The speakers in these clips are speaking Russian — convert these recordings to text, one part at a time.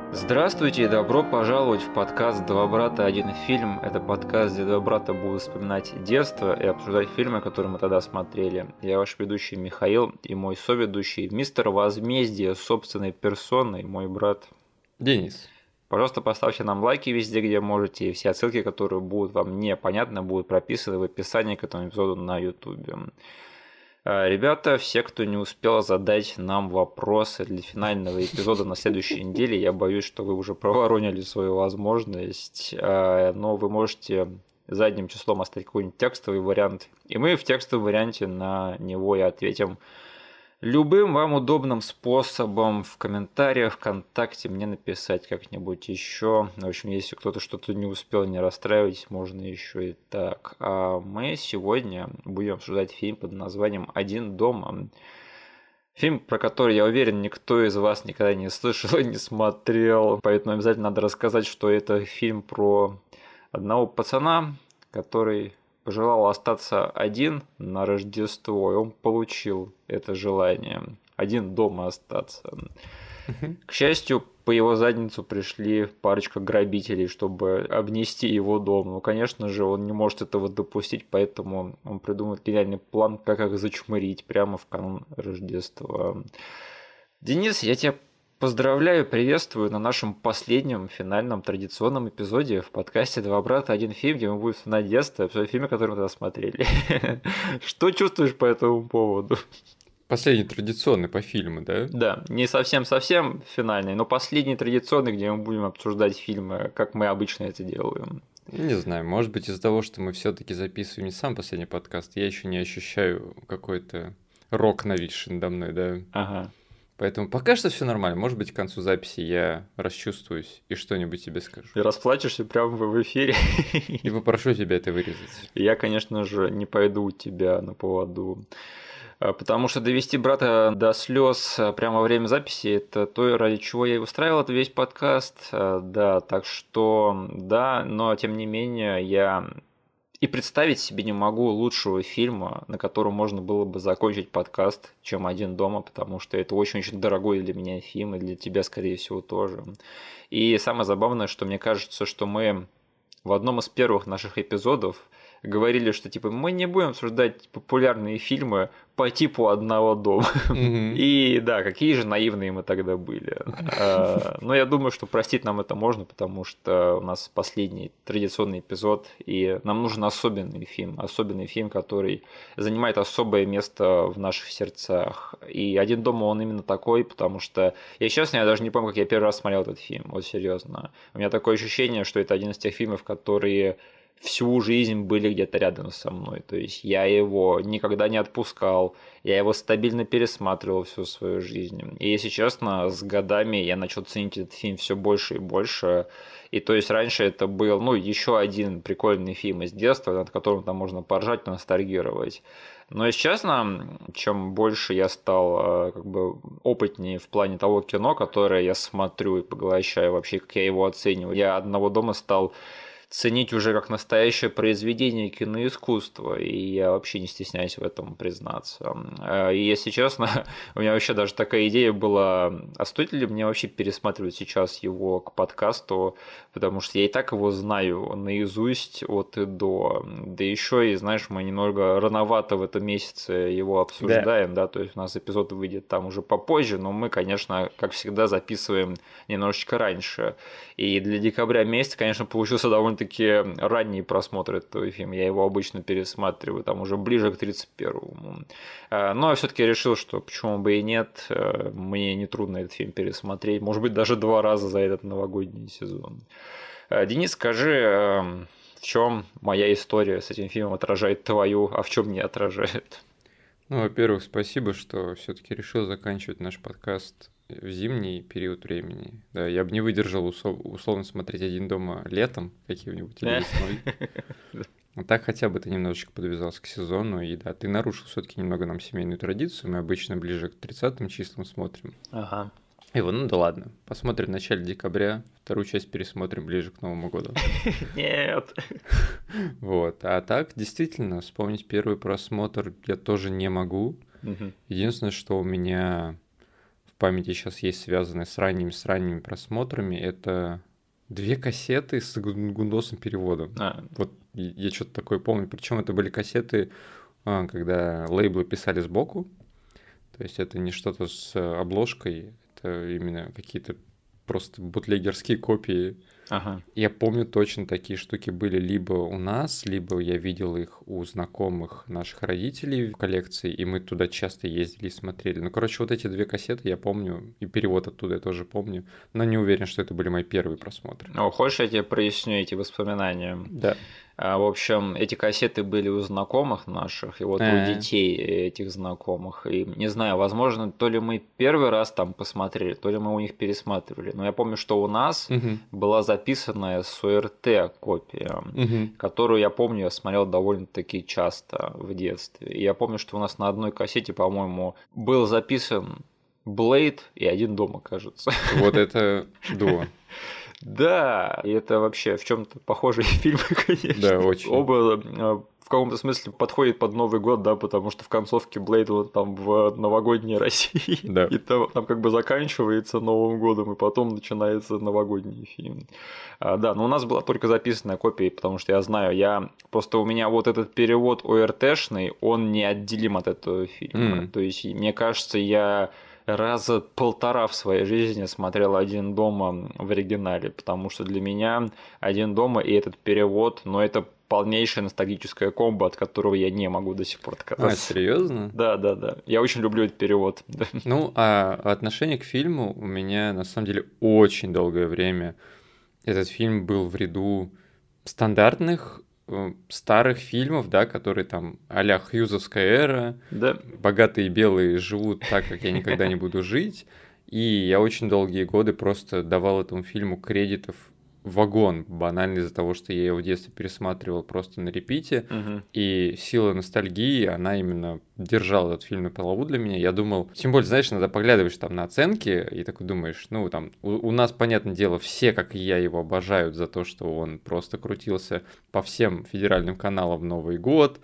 Здравствуйте и добро пожаловать в подкаст «Два брата. Один фильм». Это подкаст, где два брата будут вспоминать детство и обсуждать фильмы, которые мы тогда смотрели. Я ваш ведущий Михаил и мой соведущий мистер Возмездие собственной персоной, мой брат. Денис. Пожалуйста, поставьте нам лайки везде, где можете, и все отсылки, которые будут вам непонятны, будут прописаны в описании к этому эпизоду на YouTube. Ребята, все, кто не успел задать нам вопросы для финального эпизода на следующей неделе, я боюсь, что вы уже проворонили свою возможность, но вы можете задним числом оставить какой-нибудь текстовый вариант, и мы в текстовом варианте на него и ответим любым вам удобным способом в комментариях, ВКонтакте мне написать как-нибудь еще. В общем, если кто-то что-то не успел, не расстраивайтесь, можно еще и так. А мы сегодня будем обсуждать фильм под названием «Один дома». Фильм, про который, я уверен, никто из вас никогда не слышал и не смотрел. Поэтому обязательно надо рассказать, что это фильм про одного пацана, который пожелал остаться один на Рождество, и он получил это желание. Один дома остаться. К счастью, по его задницу пришли парочка грабителей, чтобы обнести его дом. Но, конечно же, он не может этого допустить, поэтому он придумает гениальный план, как их зачмырить прямо в канун Рождества. Денис, я тебя поздравляю, приветствую на нашем последнем финальном традиционном эпизоде в подкасте «Два брата. Один фильм», где мы будем вспоминать детство и обсуждать фильмы, которые мы тогда смотрели. Что чувствуешь по этому поводу? Последний традиционный по фильму, да? Да, не совсем финальный, но последний традиционный, где мы будем обсуждать фильмы, как мы обычно это делаем. Не знаю, может быть из-за того, что мы все-таки записываем не сам последний подкаст, я еще не ощущаю какой-то рок нависший надо мной, да? Ага. Поэтому пока что все нормально. Может быть, к концу записи я расчувствуюсь и что-нибудь тебе скажу. И расплачешься прямо в эфире. И попрошу тебя это вырезать. Я, конечно же, не пойду у тебя на поводу. Потому что довести брата до слез прямо во время записи – это то, ради чего я и устраивал этот весь подкаст. Да, так что, да, но тем не менее я и представить себе не могу лучшего фильма, на котором можно было бы закончить подкаст, чем «Один дома», потому что это очень-очень дорогой для меня фильм, и для тебя, скорее всего, тоже. И самое забавное, что мне кажется, что мы в одном из первых наших эпизодов говорили, что типа мы не будем обсуждать популярные фильмы по типу «Одного дома». И да, какие же наивные мы тогда были. Но я думаю, что простить нам это можно, потому что у нас последний традиционный эпизод, и нам нужен особенный фильм, который занимает особое место в наших сердцах. И «Один дома» он именно такой, потому что я, честно, я даже не помню, как я первый раз смотрел этот фильм, вот серьезно. У меня такое ощущение, что это один из тех фильмов, которые всю жизнь были где-то рядом со мной. То есть я его никогда не отпускал, я его стабильно пересматривал всю свою жизнь. И если честно, с годами я начал ценить этот фильм все больше и больше. И то есть раньше это был, еще один прикольный фильм из детства, над которым там можно поржать, ностальгировать. Но, если честно, чем больше я стал опытнее в плане того кино, которое я смотрю и поглощаю, вообще, как я его оцениваю, я «Одного дома» стал ценить уже как настоящее произведение киноискусства, и я вообще не стесняюсь в этом признаться. И если честно, у меня вообще даже такая идея была, а стоит ли мне вообще пересматривать сейчас его к подкасту, потому что я и так его знаю наизусть от и до. Да еще и, знаешь, мы немного рановато в этом месяце его обсуждаем, да, то есть у нас эпизод выйдет там уже попозже, но мы, конечно, как всегда, записываем немножечко раньше. И для декабря месяца, конечно, получился довольно-таки ранний просмотр этого фильма. Я его обычно пересматриваю там уже ближе к 31-му. Но я все-таки решил, что почему бы и нет, мне нетрудно этот фильм пересмотреть. Может быть, даже 2 раза за этот новогодний сезон. Денис, скажи, в чем моя история с этим фильмом отражает твою, а в чем не отражает? Во-первых, спасибо, что все-таки решил заканчивать наш подкаст в зимний период времени. Да, я бы не выдержал условно смотреть «Один дома» летом каким-нибудь или весной. А так хотя бы ты немножечко подвязался к сезону, и да, ты нарушил все-таки немного нам семейную традицию. Мы обычно ближе к 30-м числам смотрим. Ага. И вот, да ладно, посмотрим в начале декабря, вторую часть пересмотрим ближе к Новому году. Нет. Вот, а так, действительно, вспомнить первый просмотр я тоже не могу. Единственное, что у меня в памяти сейчас есть, связанные с ранними просмотрами, это 2 кассеты с гундосом переводом. Вот я что-то такое помню. Причем это были кассеты, когда лейблы писали сбоку. То есть это не что-то с обложкой, это именно какие-то просто бутлегерские копии. Ага. Я помню, точно такие штуки были либо у нас, либо я видел их у знакомых наших родителей в коллекции, и мы туда часто ездили и смотрели. Ну, короче, вот эти 2 кассеты я помню, и перевод оттуда я тоже помню, но не уверен, что это были мои первые просмотры. Хочешь, я тебе проясню эти воспоминания? Да. В общем, эти кассеты были у знакомых наших, и вот у детей этих знакомых. И не знаю, возможно, то ли мы первый раз там посмотрели, то ли мы у них пересматривали. Но я помню, что у нас была записанная с ОРТ копия, которую, я помню, я смотрел довольно-таки часто в детстве. И я помню, что у нас на одной кассете, по-моему, был записан Блейд и «Один дома», кажется. Вот это дуо. Да, и это вообще в чем-то похожие фильмы, конечно. Да, очень. Оба в каком-то смысле подходят под Новый год, да, потому что в концовке Блейд вот там в новогодней России, да. И там как бы заканчивается Новым годом, и потом начинается новогодний фильм. Да, но у нас была только записанная копия, потому что я знаю, просто у меня вот этот перевод ОРТшный, он неотделим от этого фильма. То есть, мне кажется, я раза 1,5 в своей жизни смотрел «Один дома» в оригинале, потому что для меня «Один дома» и этот перевод, это полнейшая ностальгическая комбо, от которого я не могу до сих пор отказаться. Серьезно? Да. Я очень люблю этот перевод. Ну, а отношение к фильму у меня, на самом деле, очень долгое время. Этот фильм был в ряду стандартных старых фильмов, да, которые там а-ля Хьюзовская эра, да. Богатые белые живут так, как я никогда не буду жить, и я очень долгие годы просто давал этому фильму кредитов вагон, банально из-за того, что я его в детстве пересматривал просто на репите, и сила ностальгии, она именно держала этот фильм на плаву для меня. Я думал, тем более, знаешь, иногда поглядываешь там на оценки, и такой думаешь, там, у нас, понятное дело, все, как и я, его обожают за то, что он просто крутился по всем федеральным каналам в Новый год,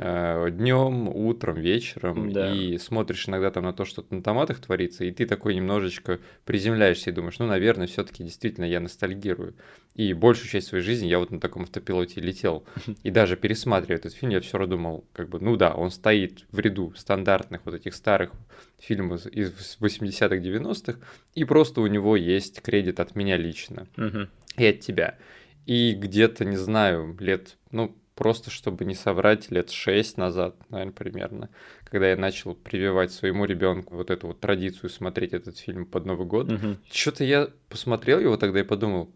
днем, утром, вечером, да. И смотришь иногда там на то, что на томатах творится, и ты такой немножечко приземляешься и думаешь, наверное, все-таки действительно я ностальгирую. И большую часть своей жизни я вот на таком автопилоте летел. И даже пересматривая этот фильм, я все равно думал, он стоит в ряду стандартных вот этих старых фильмов из 80-х, 90-х, и просто у него есть кредит от меня лично и от тебя. И где-то, не знаю, лет, просто чтобы не соврать, лет 6 назад, наверное, примерно, когда я начал прививать своему ребенку вот эту вот традицию смотреть этот фильм под Новый год, что-то я посмотрел его тогда и подумал,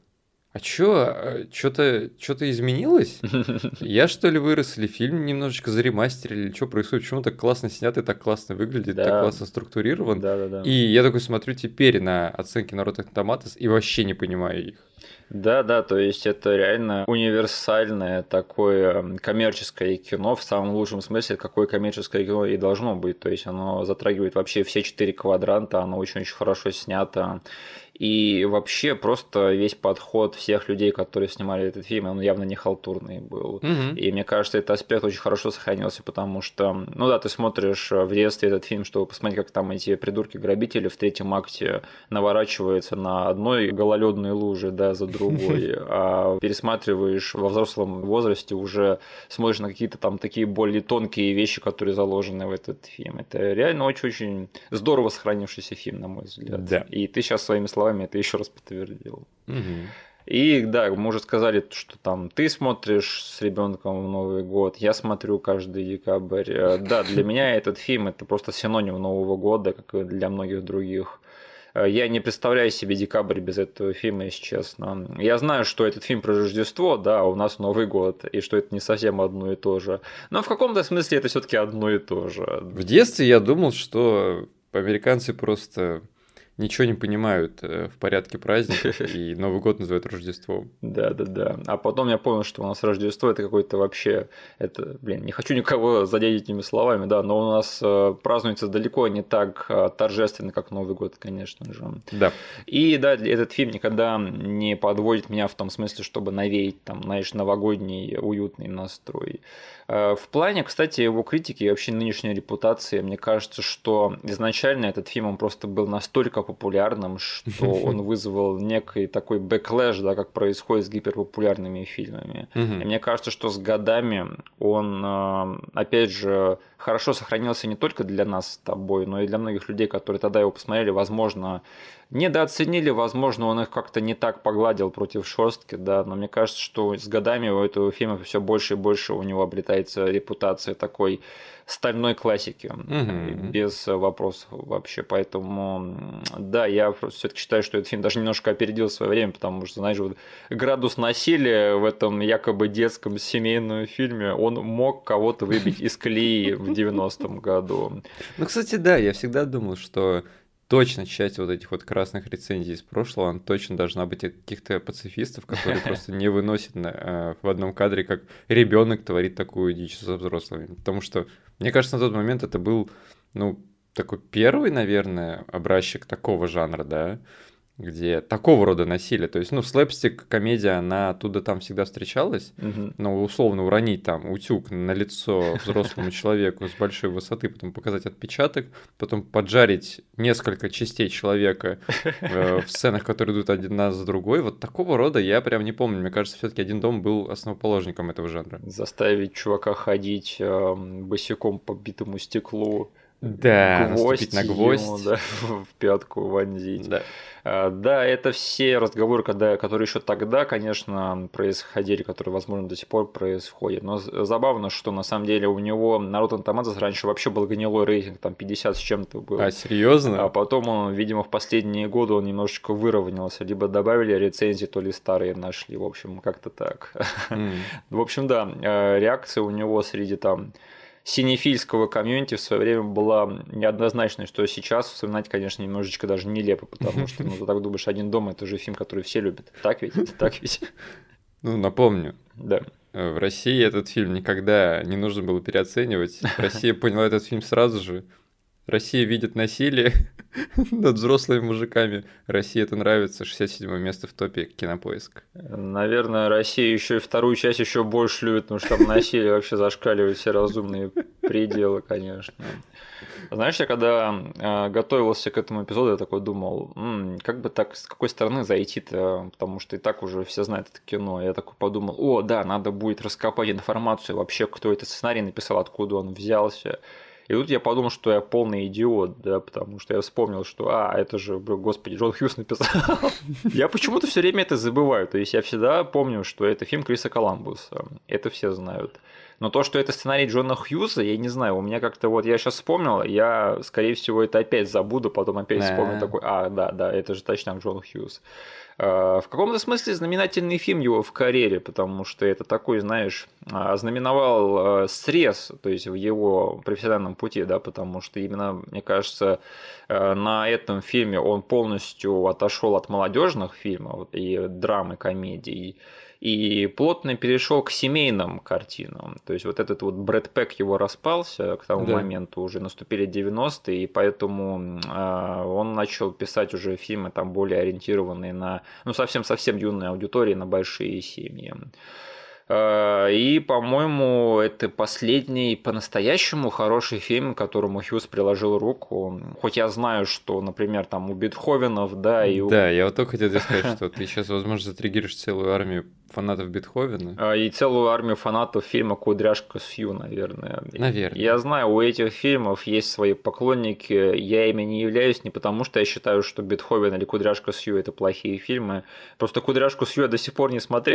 что-то изменилось? Я, что ли, вырос, или фильм немножечко заремастерили, или что происходит? Почему так классно снят и так классно выглядит, так классно структурирован? Да. И я такой смотрю теперь на оценки на Rotten Tomatoes и вообще не понимаю их. Да, то есть это реально универсальное такое коммерческое кино, в самом лучшем смысле, какое коммерческое кино и должно быть. То есть оно затрагивает вообще все 4 квадранта, оно очень-очень хорошо снято. И вообще просто весь подход всех людей, которые снимали этот фильм, он явно не халтурный был. И мне кажется, этот аспект очень хорошо сохранился, потому что, ты смотришь в детстве этот фильм, чтобы посмотреть, как там эти придурки-грабители в 3-м акте наворачиваются на одной гололедной луже, да, за другой, а пересматриваешь во взрослом возрасте, уже смотришь на какие-то там такие более тонкие вещи, которые заложены в этот фильм. Это реально очень-очень здорово сохранившийся фильм, на мой взгляд. Да. И ты сейчас своими словами это еще раз подтвердил. И да, мы уже сказали, что там ты смотришь с ребенком в Новый год, я смотрю каждый декабрь. Да, для меня этот фильм это просто синоним Нового года, как и для многих других. Я не представляю себе декабрь без этого фильма, если честно. Я знаю, что этот фильм про Рождество, да, а у нас Новый год, и что это не совсем одно и то же. Но в каком-то смысле это все-таки одно и то же. В детстве я думал, что американцы просто ничего не понимают в порядке праздников, и Новый год называют Рождеством. Да. А потом я понял, что у нас Рождество это какой-то вообще, это, не хочу никого задеть этими словами, да, но у нас празднуется далеко не так торжественно, как Новый год, конечно же. Да. И да, этот фильм никогда не подводит меня в том смысле, чтобы навеять там, знаешь, новогодний уютный настрой. В плане, кстати, его критики и вообще нынешней репутации, мне кажется, что изначально этот фильм он просто был настолько популярным, что он вызвал некий такой бэклэш, да, как происходит с гиперпопулярными фильмами. И мне кажется, что с годами он, опять же, хорошо сохранился не только для нас с тобой, но и для многих людей, которые тогда его посмотрели, возможно, недооценили, возможно, он их как-то не так погладил против шерстки, да, но мне кажется, что с годами у этого фильма все больше и больше у него обретается репутация такой стальной классики, без вопросов вообще, поэтому, да, я все-таки считаю, что этот фильм даже немножко опередил свое время, потому что, знаешь, вот градус насилия в этом якобы детском семейном фильме, он мог кого-то выбить из колеи в 90-м году. Ну, кстати, да, я всегда думал, что точно часть вот этих вот красных рецензий из прошлого, она точно должна быть от каких-то пацифистов, которые просто не выносят в одном кадре, как ребенок творит такую дичь со взрослыми. Потому что, мне кажется, на тот момент это был, такой первый, наверное, образчик такого жанра, да, где такого рода насилие. То есть, слэпстик, комедия, она оттуда там всегда встречалась, но условно уронить там утюг на лицо взрослому человеку с большой высоты, потом показать отпечаток, потом поджарить несколько частей человека в сценах, которые идут одна за другой. Вот такого рода я прям не помню. Мне кажется, все-таки «Один дом» был основоположником этого жанра. Заставить чувака ходить босиком по битому стеклу. Да, наступить на гвоздь. Ему, да, в пятку вонзить. Да. Да, это все разговоры, которые еще тогда, конечно, происходили, которые, возможно, до сих пор происходят. Но забавно, что на самом деле у него на Rotten Tomatoes раньше вообще был гнилой рейтинг, там 50 с чем-то был. А, серьезно? А потом он, видимо, в последние годы он немножечко выровнялся. Либо добавили рецензии, то ли старые нашли. В общем, как-то так. В общем, да, реакция у него среди там синефильского комьюнити в свое время была неоднозначной, что сейчас вспоминать, конечно, немножечко даже нелепо, потому что, ты так думаешь, «Один дом» — это же фильм, который все любят. Так ведь? Так ведь? Напомню. Да. В России этот фильм никогда не нужно было переоценивать. Россия поняла этот фильм сразу же. Россия видит насилие над взрослыми мужиками. России это нравится. 67 место в топе Кинопоиск. Наверное, Россия еще и вторую часть еще больше любит, потому что там насилие вообще зашкаливает все разумные пределы, конечно. Знаешь, я когда готовился к этому эпизоду, я такой думал, как бы так, с какой стороны зайти-то, потому что и так уже все знают это кино. Я такой подумал, да, надо будет раскопать информацию вообще, кто этот сценарий написал, откуда он взялся. И тут я подумал, что я полный идиот, да, потому что я вспомнил, что, это же, господи, Джон Хьюз написал. Я почему-то все время это забываю. То есть я всегда помню, что это фильм Криса Коламбуса. Это все знают. Но то, что это сценарий Джона Хьюза, я не знаю, у меня как-то я сейчас вспомнил, я, скорее всего, это опять забуду, потом опять вспомню такой, да, это же точно Джон Хьюз. В каком-то смысле знаменательный фильм его в карьере, потому что это такой, знаешь, ознаменовал срез, то есть в его профессиональном пути, да, потому что именно, мне кажется, на этом фильме он полностью отошел от молодежных фильмов и драмы, комедий, и плотно перешел к семейным картинам. То есть вот этот вот Брэд Пэк его распался, к тому моменту уже наступили 90-е, и поэтому он начал писать уже фильмы там более ориентированные на совсем-совсем юные аудитории, на большие семьи. И, по-моему, это последний по-настоящему хороший фильм, к которому Хьюз приложил руку. Хоть я знаю, что, например, там у Бетховенов, да, и Да, я вот только хотел сказать, что ты сейчас, возможно, затриггеришь целую армию фанатов Бетховена. И целую армию фанатов фильма «Кудряшка Сью», наверное. Наверное. Я знаю, у этих фильмов есть свои поклонники. Я ими не являюсь не потому, что я считаю, что Бетховен или «Кудряшка Сью» — это плохие фильмы. Просто «Кудряшку Сью» я до сих пор не смотрел.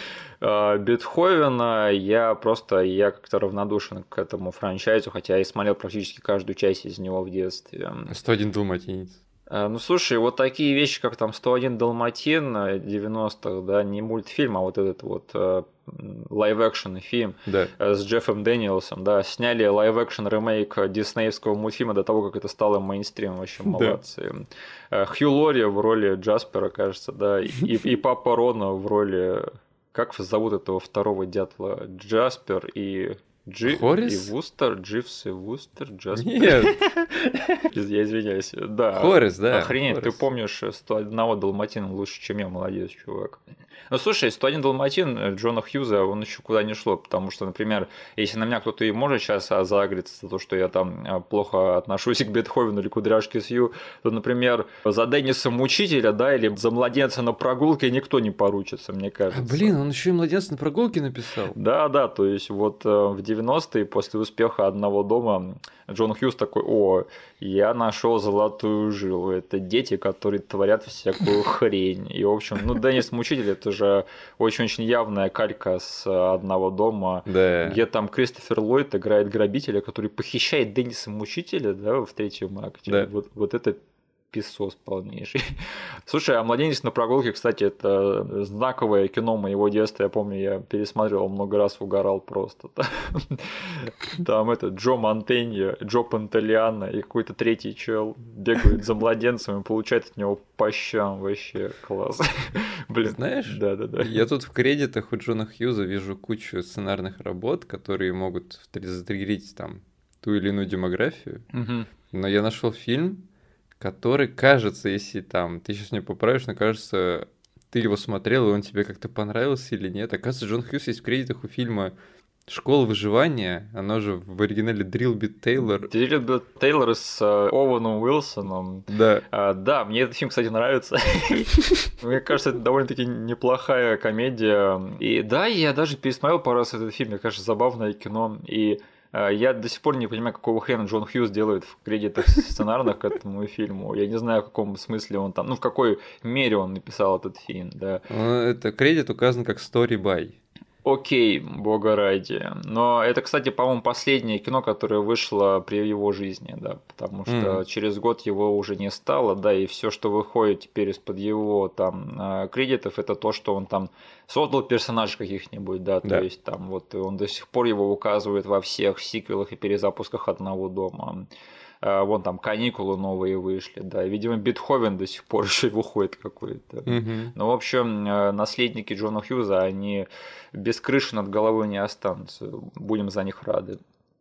Бетховена я как-то равнодушен к этому франчайзу, хотя я и смотрел практически каждую часть из него в детстве. 101 далматинец. Ну, слушай, вот такие вещи, как там «101 Далматин» 90-х, да, не мультфильм, а вот этот вот лайв-экшен фильм Да. с Джеффом Дэниелсом, да, сняли лайв-экшен ремейк диснеевского мультфильма до того, как это стало мейнстримом, вообще Да. молодцы. Хью Лори в роли Джаспера, кажется, да, и Папа Рона в роли... Как зовут этого второго дятла? Джаспер и... и Хорис? Вустер, Дживс и Вустер, Джаспер. Нет. Я извиняюсь. Да. Хорис, да. Охренеть, ты Хорис. помнишь 101 Далматина лучше, чем я, молодец, чувак. Ну, слушай, 101 Далматин Джона Хьюза, он еще куда не шло, потому что, например, если на меня кто-то и может сейчас загриться за то, что я там плохо отношусь к Бетховену или Кудряшке Сью, то, например, за Денниса Мучителя, да, или за младенца на прогулке никто не поручится, мне кажется. Блин, он еще и «Младенца на прогулке» написал. Да, да, то есть вот в 90-е после успеха «Одного дома» Джон Хьюз такой: о, я нашел золотую жилу. Это дети, которые творят всякую хрень. И, в общем, ну, Деннис Мучитель — это же очень-очень явная калька с «Одного дома», Да. где там Кристофер Ллойд играет грабителя, который похищает Денниса Мучителя, да, в третьем акте. Да. Вот это писсос полнейший. Слушай, а «Младенец на прогулке», кстати, это знаковое кино моего детства. Я помню, я пересматривал много раз, угорал просто. Там это Джо Монтенья, Джо Пантелиано и какой-то третий чел бегают за младенцем и получают от него по щам. Вообще класс. Блин. Знаешь, Да-да-да. я тут в кредитах у Джона Хьюза вижу кучу сценарных работ, которые могут затриггерить там ту или иную демографию. Но я нашел фильм, который, кажется, если там, ты сейчас мне поправишь, но кажется, ты его смотрел, и он тебе как-то понравился или нет. Оказывается, Джон Хьюз есть в кредитах у фильма «Школа выживания», оно же в оригинале Дрилбит Тейлор. Дрилбит Тейлор с Оуэном Уилсоном. Да. Да, мне этот фильм, кстати, нравится. Мне кажется, это довольно-таки неплохая комедия. И да, я даже пересмотрел пару раз этот фильм, мне кажется, забавное кино. И я до сих пор не понимаю, какого хрена Джон Хьюз делает в кредитах сценарных к этому фильму. Я не знаю, в каком смысле он там, ну, в какой мере он написал этот фильм, да. Это кредит указан как story by. Окей, бога ради. Но это, кстати, по-моему, последнее кино, которое вышло при его жизни, да, потому что через год его уже не стало, да, и все, что выходит теперь из-под его там кредитов, это то, что он там создал персонажей каких-нибудь, да, то есть там вот он до сих пор его указывает во всех сиквелах и перезапусках «Одного дома». Вон там «Каникулы» новые вышли, да, видимо, Бетховен до сих пор еще выходит какой-то. Ну, в общем, наследники Джона Хьюза, они без крыши над головой не останутся, будем за них рады.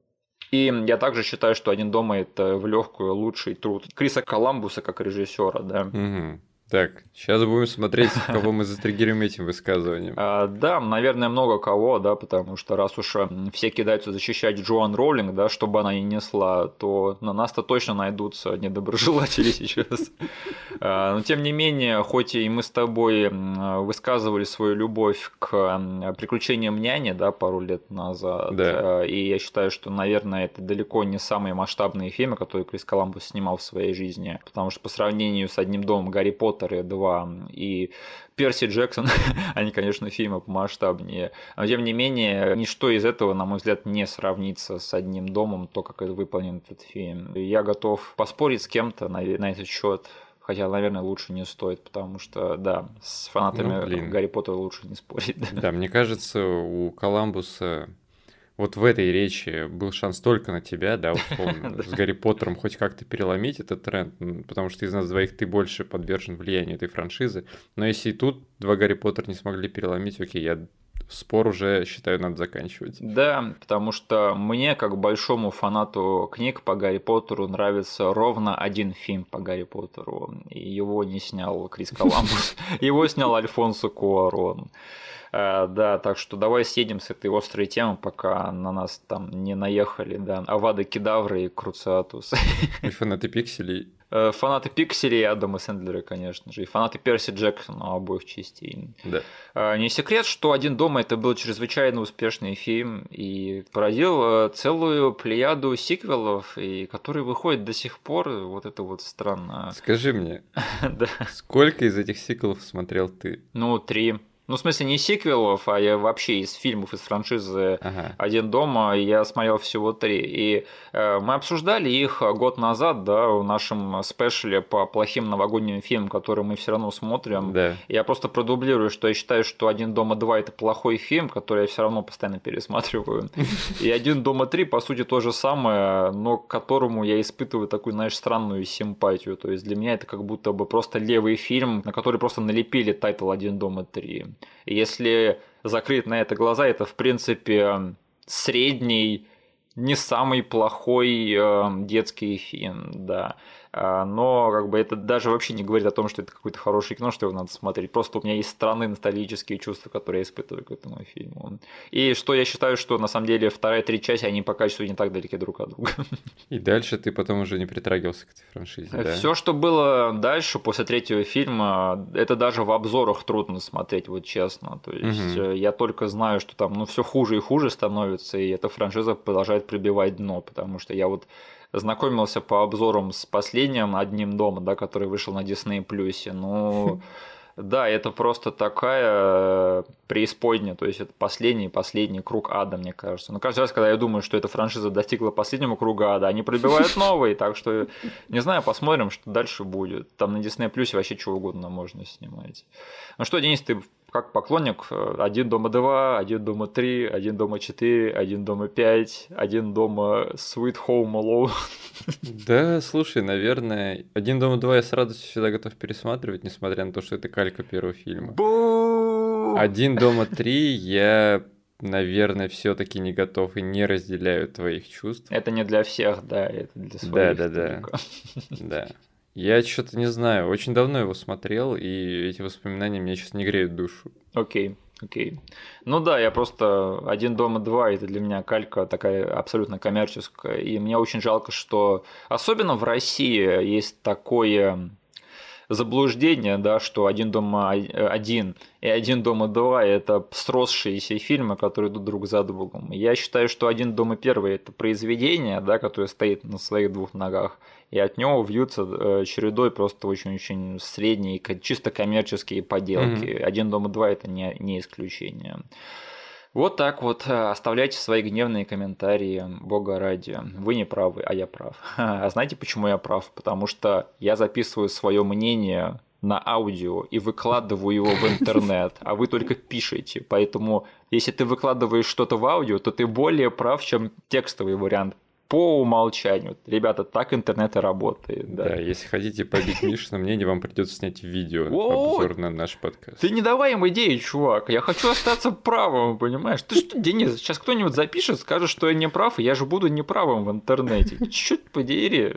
И я также считаю, что «Один дома» — это в легкую лучший труд Криса Коламбуса как режиссера, да. Так, сейчас будем смотреть, кого мы затриггерим этим высказыванием. Да, наверное, много кого, да, потому что раз уж все кидаются защищать Джоан Роулинг, да, чтобы она не несла, то на нас-то точно найдутся недоброжелатели сейчас. Но тем не менее, хоть и мы с тобой высказывали свою любовь к «Приключениям няни», да, пару лет назад, и я считаю, что, наверное, это далеко не самые масштабные фильмы, которые Крис Коламбус снимал в своей жизни, потому что по сравнению с «Одним домом», «Гарри Поттере 2» и Перси Джексон, они, конечно, фильмы помасштабнее. Но, тем не менее, ничто из этого, на мой взгляд, не сравнится с «Одним домом», то, как это выполнен этот фильм. Я готов поспорить с кем-то на этот счет. Хотя, наверное, лучше не стоит, потому что, да, с фанатами Гарри Поттера лучше не спорить. Да, мне кажется, у Коламбуса вот в этой речи был шанс только на тебя, да, условно, с Гарри Поттером хоть как-то переломить этот тренд, потому что из нас двоих ты больше подвержен влиянию этой франшизы. Но если и тут два Гарри Поттера не смогли переломить, окей, я спор уже, считаю, надо заканчивать. Да, потому что мне, как большому фанату книг по Гарри Поттеру, нравится ровно один фильм по Гарри Поттеру. И его не снял Крис Коламбус, его снял Альфонсо Куарон. Да, так что давай съедем с этой острой темы, пока на нас там не наехали, да, Авада Кедавра и Круциатус. И фанаты Пикселей. Фанаты Пикселей, Адама Сэндлера, конечно же, и фанаты Перси Джексона обоих частей. Да. Не секрет, что «Один дома» это был чрезвычайно успешный фильм и породил целую плеяду сиквелов, и которые выходят до сих пор. Вот это вот странно. Скажи мне, Да. сколько из этих сиквелов смотрел ты? Ну, 3. Ну, в смысле, не сиквелов, а я вообще из фильмов, из франшизы Ага. «Один дома» я смотрел всего 3. И мы обсуждали их год назад, да, в нашем спешле по плохим новогодним фильмам, которые мы все равно смотрим. Да. Я просто продублирую, что я считаю, что «Один дома 2» — это плохой фильм, который я все равно постоянно пересматриваю. И «Один дома 3», по сути, то же самое, но к которому я испытываю такую, знаешь, странную симпатию. То есть для меня это как будто бы просто левый фильм, на который просто налепили тайтл «Один дома 3». И если закрыть на это глаза, это, в принципе, средний, не самый плохой детский фильм, да. Но как бы это даже вообще не говорит о том, что это какое-то хорошее кино, что его надо смотреть. Просто у меня есть странные ностальгические чувства, которые я испытываю к этому фильму. И что я считаю, что на самом деле вторая и третья часть, они по качеству не так далеки друг от друга. И дальше ты потом уже не притрагивался к этой франшизе, да? Все, что было дальше, после третьего фильма, это даже в обзорах трудно смотреть, вот честно. То есть я только знаю, что там все хуже и хуже становится, и эта франшиза продолжает прибивать дно, потому что я вот знакомился по обзорам с последним «Одним дома», да, который вышел на Disney+. Ну, да, это просто такая преисподняя, то есть это последний круг ада, мне кажется. Но каждый раз, когда я думаю, что эта франшиза достигла последнего круга ада, они пробивают новый, так что, не знаю, посмотрим, что дальше будет. Там на Disney Plus вообще чего угодно можно снимать. Ну что, Денис, ты как поклонник «Один дома 2», «Один дома 3», «Один дома 4», «Один дома 5», «Один дома Sweet Home Alone». Да, слушай, наверное, «Один дома 2» я с радостью всегда готов пересматривать, несмотря на то, что это калька первого фильма. Бу! «Один дома 3» я, наверное, все-таки не готов и не разделяю твоих чувств. Это не для всех, да, это для своих. Да. Да. Я что-то не знаю, очень давно его смотрел, и эти воспоминания мне сейчас не греют душу. Окей. Ну да, я просто «Один дома 2» — это для меня калька такая абсолютно коммерческая, и мне очень жалко, что особенно в России есть такое заблуждение, да, что «Один дома 1» и «Один дома 2» — это сросшиеся фильмы, которые идут друг за другом. Я считаю, что «Один дома 1» — это произведение, да, которое стоит на своих двух ногах, и от него вьются чередой просто очень-очень средние, чисто коммерческие поделки. «Один дома 2» — это не исключение. Вот так вот. Оставляйте свои гневные комментарии, бога ради. Вы не правы, а я прав. А знаете, почему я прав? Потому что я записываю свое мнение на аудио и выкладываю его в интернет, а вы только пишете. Поэтому, если ты выкладываешь что-то в аудио, то ты более прав, чем текстовый вариант. По умолчанию. Ребята, так интернет и работает. Да, если хотите побить Мишина мнение, вам придется снять видео обзор на наш подкаст. Ты не давай им идеи, чувак. Я хочу остаться правым, понимаешь? Ты что, Денис, сейчас кто-нибудь запишет, скажет, что я не прав, и я же буду неправым в интернете. Чуть подери.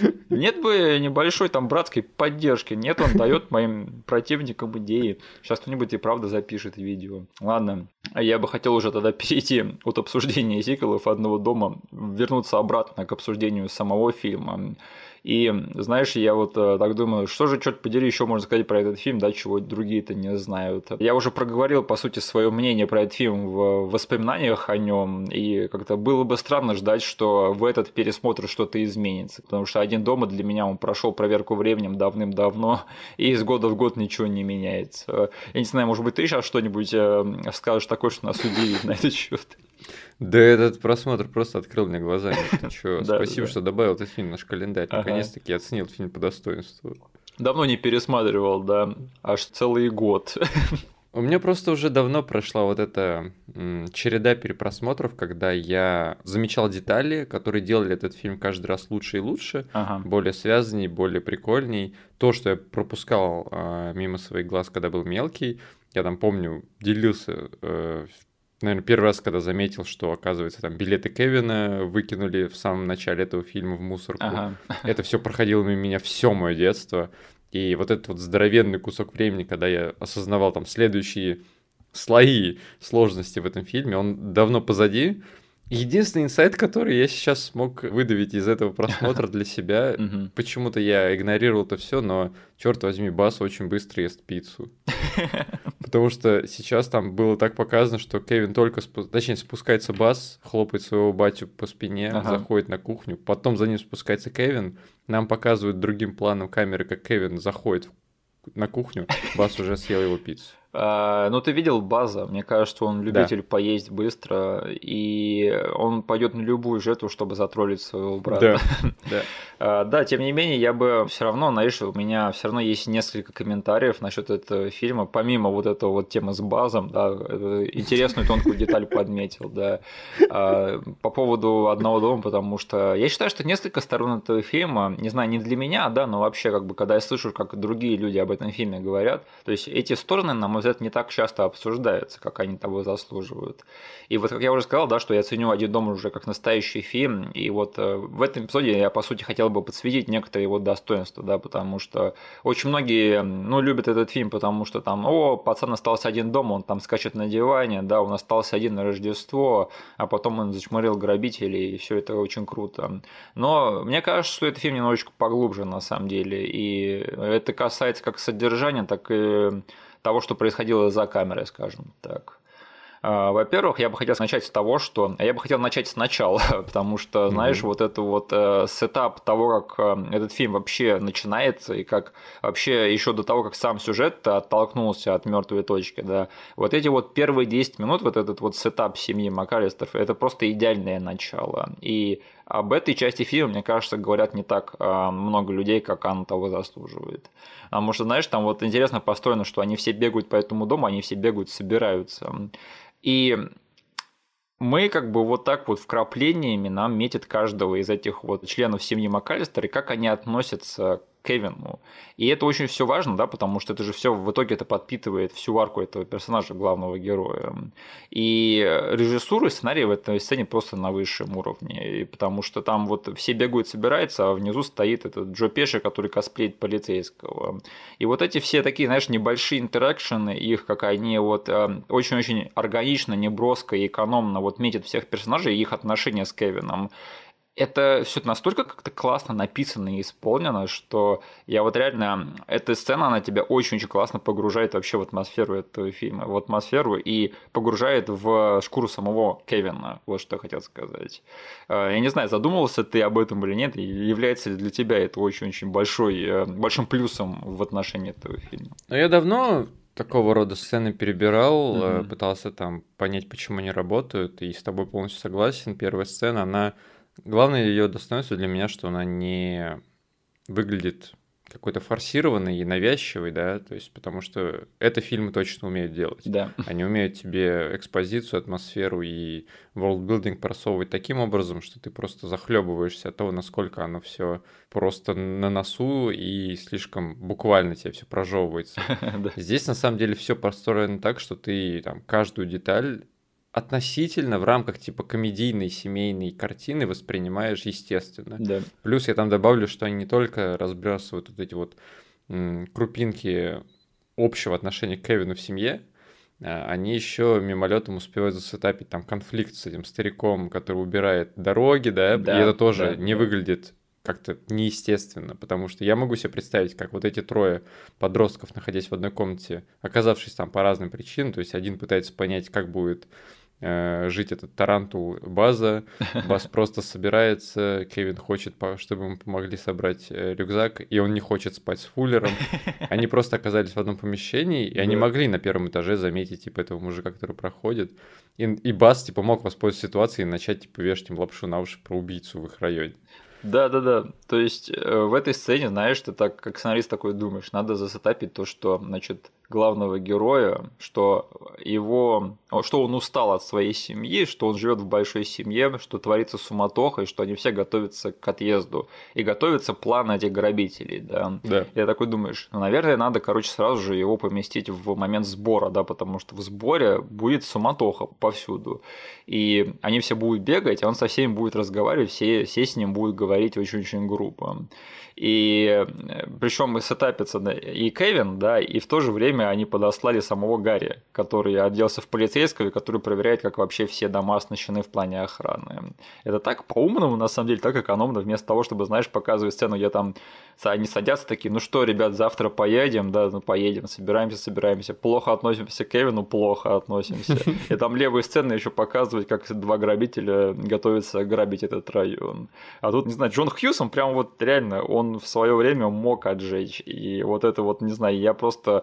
Нет бы небольшой там братской поддержки. Нет, он дает моим противникам идеи. Сейчас кто-нибудь и правда запишет видео. Ладно. Я бы хотел уже тогда перейти от обсуждения сиквелов «Одного дома», вернуться обратно к обсуждению самого фильма. И, знаешь, я вот так думаю, что же, черт подери, еще можно сказать про этот фильм, да, чего другие-то не знают. Я уже проговорил, по сути, свое мнение про этот фильм в воспоминаниях о нем, и как-то было бы странно ждать, что в этот пересмотр что-то изменится, потому что «Один дома» для меня, он прошел проверку временем давным-давно, и из года в год ничего не меняется. Я не знаю, может быть, ты сейчас что-нибудь скажешь такое, что нас удивит на этот счет. Да этот просмотр просто открыл мне глаза. Спасибо, что добавил этот фильм в наш календарь. Наконец-таки я оценил фильм по достоинству. Давно не пересматривал, да, аж целый год. У меня просто уже давно прошла вот эта череда перепросмотров, когда я замечал детали, которые делали этот фильм каждый раз лучше и лучше, более связанней, более прикольней. То, что я пропускал мимо своих глаз, когда был мелкий, я там помню, делился... Наверное, первый раз, когда заметил, что, оказывается, там билеты Кевина выкинули в самом начале этого фильма в мусорку. Это все проходило мимо меня все мое детство. И вот этот вот здоровенный кусок времени, когда я осознавал там следующие слои сложности в этом фильме, он давно позади. Единственный инсайт, который я сейчас смог выдавить из этого просмотра для себя, почему-то я игнорировал это все, но, черт возьми, Бас очень быстро ест пиццу. Потому что сейчас там было так показано, что Кевин только, точнее, спускается Бас, хлопает своего батю по спине, заходит на кухню, потом за ним спускается Кевин, нам показывают другим планом камеры, как Кевин заходит на кухню, Бас уже съел его пиццу. Ну, ты видел База? Мне кажется, он Да, любитель поесть быстро, и он пойдет на любую жертву, чтобы затроллить своего брата. да, да. Да, тем не менее, я бы все равно, знаешь, у меня все равно есть несколько комментариев насчет этого фильма, помимо вот этого вот темы с Базом, да, интересную тонкую деталь подметил, да, по поводу «Одного дома», потому что я считаю, что несколько сторон этого фильма, не знаю, не для меня, да, но вообще, как бы, когда я слышу, как другие люди об этом фильме говорят, то есть эти стороны, на мой взгляд, не так часто обсуждаются, как они того заслуживают. И вот, как я уже сказал, да, что я ценю «Один дом» уже как настоящий фильм, и вот в этом эпизоде я, по сути, хотел бы подсветить некоторые его достоинства, да, потому что очень многие, ну, любят этот фильм, потому что там, о, пацан остался один дома, он там скачет на диване, да, он остался один на Рождество, а потом он зачморил грабителей, и все это очень круто. Но мне кажется, что этот фильм немножечко поглубже на самом деле, и это касается как содержания, так и того, что происходило за камерой, скажем так. Во-первых, я бы хотел начать с того, что... Я бы хотел начать сначала, потому что, знаешь, Мгм. вот это вот сетап того, как этот фильм вообще начинается, и как вообще еще до того, как сам сюжет оттолкнулся от мертвой точки, да, вот эти вот первые 10 минут, вот этот вот сетап семьи МакАлистеров, это просто идеальное начало. И об этой части фильма, мне кажется, говорят не так много людей, как она того заслуживает. Потому что, знаешь, там вот интересно построено, что они все бегают по этому дому, они все бегают, собираются. И мы как бы вот так вот вкраплениями нам метит каждого из этих вот членов семьи МакАлистер и как они относятся к Кевину. И это очень все важно, да, потому что это же все в итоге это подпитывает всю арку этого персонажа, главного героя. И режиссура и сценарий в этой сцене просто на высшем уровне, и потому что там вот все бегают, собираются, а внизу стоит этот Джо Пеши, который косплеит полицейского. И вот эти все такие, знаешь, небольшие интеракшены, их, как они вот очень-очень органично, неброско и экономно вот метят всех персонажей и их отношения с Кевином. Это все настолько как-то классно написано и исполнено, что я вот реально... Эта сцена, она тебя очень-очень классно погружает вообще в атмосферу этого фильма, в атмосферу и погружает в шкуру самого Кевина, вот что я хотел сказать. Я не знаю, задумывался ты об этом или нет, и является ли для тебя это очень-очень большим плюсом в отношении этого фильма? Но я давно такого рода сцены перебирал, Мгм. пытался там понять, почему они работают, и с тобой полностью согласен. Первая сцена, она... Главное ее достоинство для меня, что она не выглядит какой-то форсированной и навязчивой, да, то есть потому что это фильмы точно умеют делать. Да. Они умеют тебе экспозицию, атмосферу и worldbuilding просовывать таким образом, что ты просто захлебываешься от того, насколько оно все просто на носу и слишком буквально тебе все прожевывается. Да. Здесь на самом деле все построено так, что ты там каждую деталь относительно в рамках типа комедийной семейной картины воспринимаешь естественно. Да. Плюс я там добавлю, что они не только разбрасывают вот эти вот крупинки общего отношения к Кевину в семье, они еще мимолетом успевают засетапить там конфликт с этим стариком, который убирает дороги, да, и это Да, тоже да, не да. выглядит как-то неестественно, потому что я могу себе представить, как вот эти трое подростков, находясь в одной комнате, оказавшись там по разным причинам, то есть один пытается понять, как будет жить этот тарантул База. Баз просто собирается, Кевин хочет, чтобы ему помогли собрать рюкзак, и он не хочет спать с Фуллером. Они просто оказались в одном помещении, и они Да. могли на первом этаже заметить, типа, этого мужика, который проходит. И Баз, типа, мог воспользоваться ситуацией и начать, типа, вешать им лапшу на уши про убийцу в их районе. Да-да-да. То есть в этой сцене, знаешь, ты так, как сценарист такой думаешь, надо засетапить то, что, значит, главного героя, что что он устал от своей семьи, что он живет в большой семье, что творится суматоха, и что они все готовятся к отъезду. И готовится план этих грабителей, да. Да. И я такой думаешь, ну, наверное, надо, короче, сразу же его поместить в момент сбора, да, потому что в сборе будет суматоха повсюду. И они все будут бегать, а он со всеми будет разговаривать, все с ним будут говорить очень-очень грубо. И причем и сетапится и Кевин, да, и в то же время они подослали самого Гарри, который оделся в полицейского и который проверяет, как вообще все дома оснащены в плане охраны. Это так по-умному, на самом деле, так экономно, вместо того, чтобы, знаешь, показывать сцену, где там они садятся такие, ну что, ребят, завтра поедем, да, ну поедем, собираемся, плохо относимся к Кевину, плохо относимся. И там левые сцены еще показывают, как два грабителя готовятся грабить этот район. А тут, не знаю, Джон Хьюз, он прям вот реально, он в свое время мог отжечь. И вот это вот, не знаю, я просто в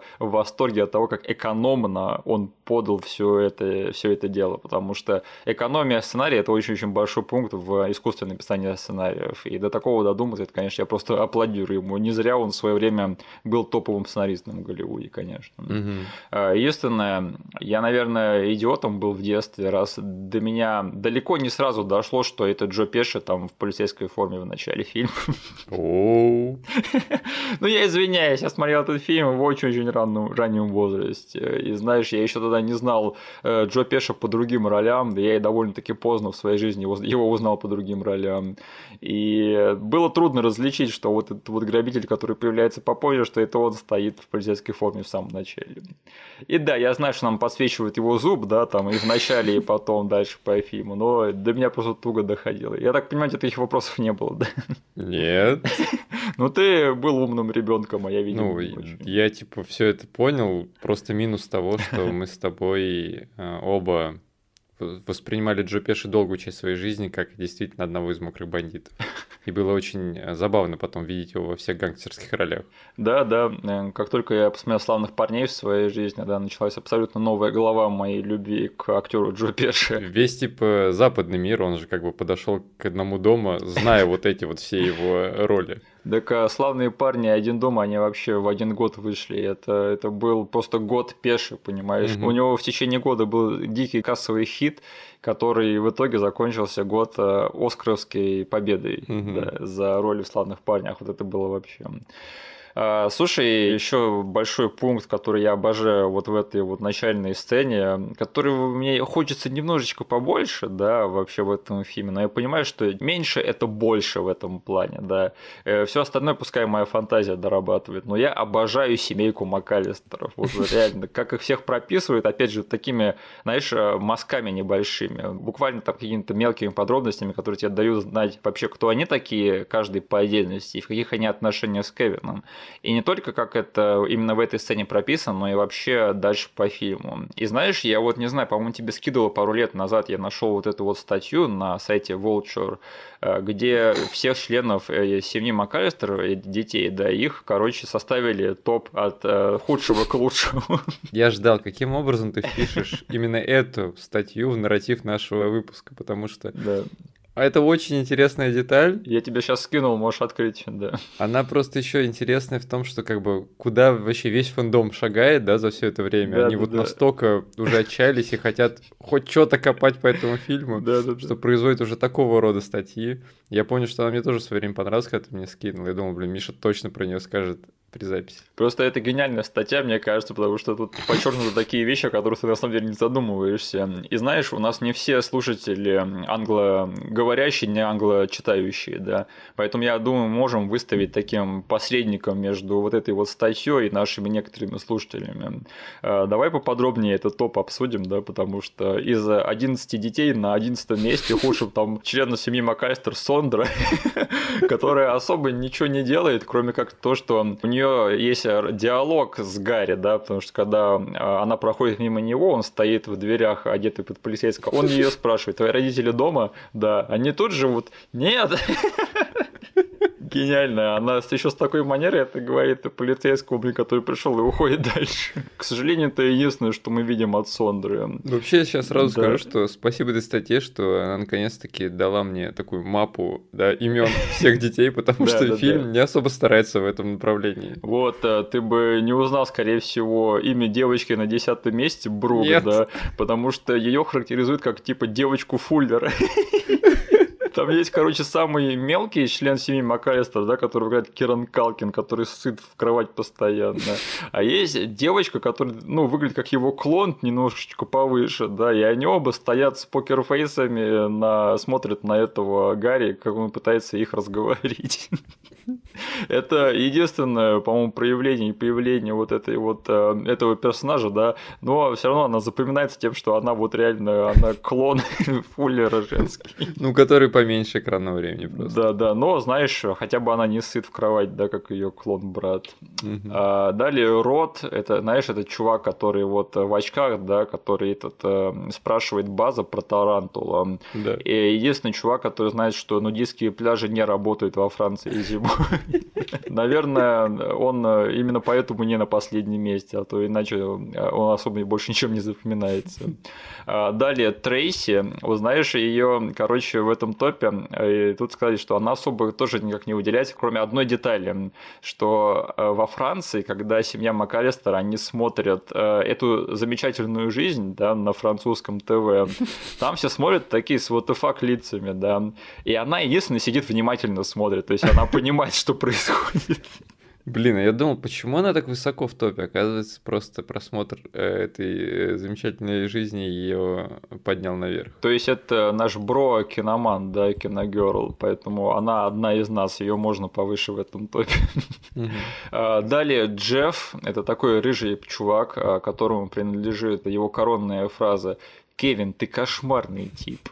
восторге от того, как экономно он подал все это дело, потому что экономия сценария – это очень-очень большой пункт в искусстве написания сценариев. И до такого додуматься, это, конечно, я просто аплодирую ему. Не зря он в свое время был топовым сценаристом в Голливуде, конечно. Единственное, я, наверное, идиотом был в детстве, раз до меня далеко не сразу дошло, что это Джо Пеши там в полицейской форме в начале фильма. Ну, я извиняюсь, я смотрел этот фильм в очень-очень раннем возрасте. И знаешь, я еще тогда не знал Джо Пеши по другим ролям, да я и довольно-таки поздно в своей жизни его узнал по другим ролям. И было трудно различить, что вот этот вот грабитель, который появляется попозже, что это он стоит в полицейской форме в самом начале. И да, я знаю, что нам подсвечивает его зуб, да, там и в начале, и потом дальше по фильму, но до меня просто туго доходило. Я так понимаю, у тебя таких вопросов не было, да? Нет. Ну, ты был умным ребенком, а я видел. Ну, я типа все это понял, просто минус того, что мы с тобой оба воспринимали Джо Пеши долгую часть своей жизни как действительно одного из мокрых бандитов. И было очень забавно потом видеть его во всех гангстерских ролях. Да, как только я посмотрел «Славных парней» в своей жизни, да, началась абсолютно новая глава моей любви к актеру Джо Пеши. Весь типа западный мир, он же как бы подошел к одному дому, зная вот эти вот все его роли. Так «Славные парни», «Один дома», они вообще в один год вышли. Это был просто год Пеши, понимаешь? У него в течение года был дикий кассовый хит, который в итоге закончился год оскаровской победой за роли в «Славных парнях». Вот это было вообще... Слушай, еще большой пункт, который я обожаю вот в этой вот начальной сцене, который мне хочется немножечко побольше, да, вообще в этом фильме, но я понимаю, что меньше – это больше в этом плане, да. Все остальное пускай моя фантазия дорабатывает, но я обожаю семейку МакАллистеров, вот реально, как их всех прописывают, опять же, такими, знаешь, мазками небольшими, буквально там какими-то мелкими подробностями, которые тебе дают знать вообще, кто они такие, каждый по отдельности, и в каких они отношениях с Кевином. И не только как это именно в этой сцене прописано, но и вообще дальше по фильму. И знаешь, я вот не знаю, по-моему, тебе скидывал пару лет назад, я нашел вот эту вот статью на сайте Vulture, где всех членов семьи МакАллистер, детей, да, их, короче, составили топ от худшего к лучшему. Я ждал, каким образом ты впишешь именно эту статью в нарратив нашего выпуска, потому что... Да. А это очень интересная деталь. Я тебе сейчас скинул, можешь открыть, да. Она просто еще интересная в том, что как бы куда вообще весь фандом шагает, да, за все это время. Да, они вот настолько уже отчаялись и хотят хоть что-то копать по этому фильму, что производит уже такого рода статьи. Я понял, что она мне тоже в свое время понравилась, когда ты мне скинул. Я думал, блин, Миша точно про нее скажет при записи. Просто это гениальная статья, мне кажется, потому что тут подчеркнуты такие вещи, о которых ты на самом деле не задумываешься. И знаешь, у нас не все слушатели англоговорящие, не англочитающие, да. Поэтому я думаю, мы можем выставить таким посредником между вот этой вот статьей и нашими некоторыми слушателями. Давай поподробнее этот топ обсудим, да, потому что из 11 детей на 11 месте худшим там члена семьи МакАллистер Сондра, которая особо ничего не делает, кроме как то, что у нее есть диалог с Гарри, да, потому что когда она проходит мимо него, он стоит в дверях, одетый под полицейского, он ее спрашивает: твои родители дома? Да. Они тут живут? Нет. Гениально. Она еще с такой манерой это говорит полицейскому, который пришел и уходит дальше. К сожалению, это единственное, что мы видим от Сондры. Вообще, я сейчас сразу скажу, что спасибо этой статье, что она наконец-таки дала мне такую мапу, да, имен всех детей, потому что фильм не особо старается в этом направлении. Вот, ты бы не узнал, скорее всего, имя девочки на 10-м месте, Брук, да, потому что ее характеризуют как типа девочку Фуллера. Там есть, короче, самый мелкий член семьи МакАллистер, да, который играет Киран Калкин, который сыт в кровать постоянно. А есть девочка, которая, ну, выглядит как его клон, немножечко повыше, да, и они оба стоят с покерфейсами, смотрят на этого Гарри, как он пытается их разговорить. Это единственное, по-моему, проявление и появление вот этой вот этого персонажа, да, но все равно она запоминается тем, что она вот реально, она клон Фуллера женский. Ну, который поменьше экранного времени просто. Да, но, знаешь, хотя бы она не сыт в кровать, да, как ее клон-брат. Далее Рот, это, знаешь, это чувак, который вот в очках, да, который спрашивает База про тарантула. Да. И единственный чувак, который знает, что нудистские пляжи не работают во Франции зимой. Наверное, он именно поэтому не на последнем месте, а то иначе он особо больше ничем не запоминается. Далее Трейси, узнаешь ее, короче, в этом топе, и тут сказали, что она особо тоже никак не выделяется, кроме одной детали, что во Франции, когда семья МакАлистер, они смотрят эту замечательную жизнь, да, на французском ТВ, там все смотрят такие с what the fuck лицами, да, и она единственная сидит внимательно смотрит, то есть она понимает, что происходит. Блин, а я думал, почему она так высоко в топе? Оказывается, просто просмотр этой замечательной жизни ее поднял наверх. То есть это наш бро киноман, да, киногерл, поэтому она одна из нас, ее можно повыше в этом топе. Далее Джефф, это такой рыжий чувак, которому принадлежит его коронная фраза «Кевин, ты кошмарный тип».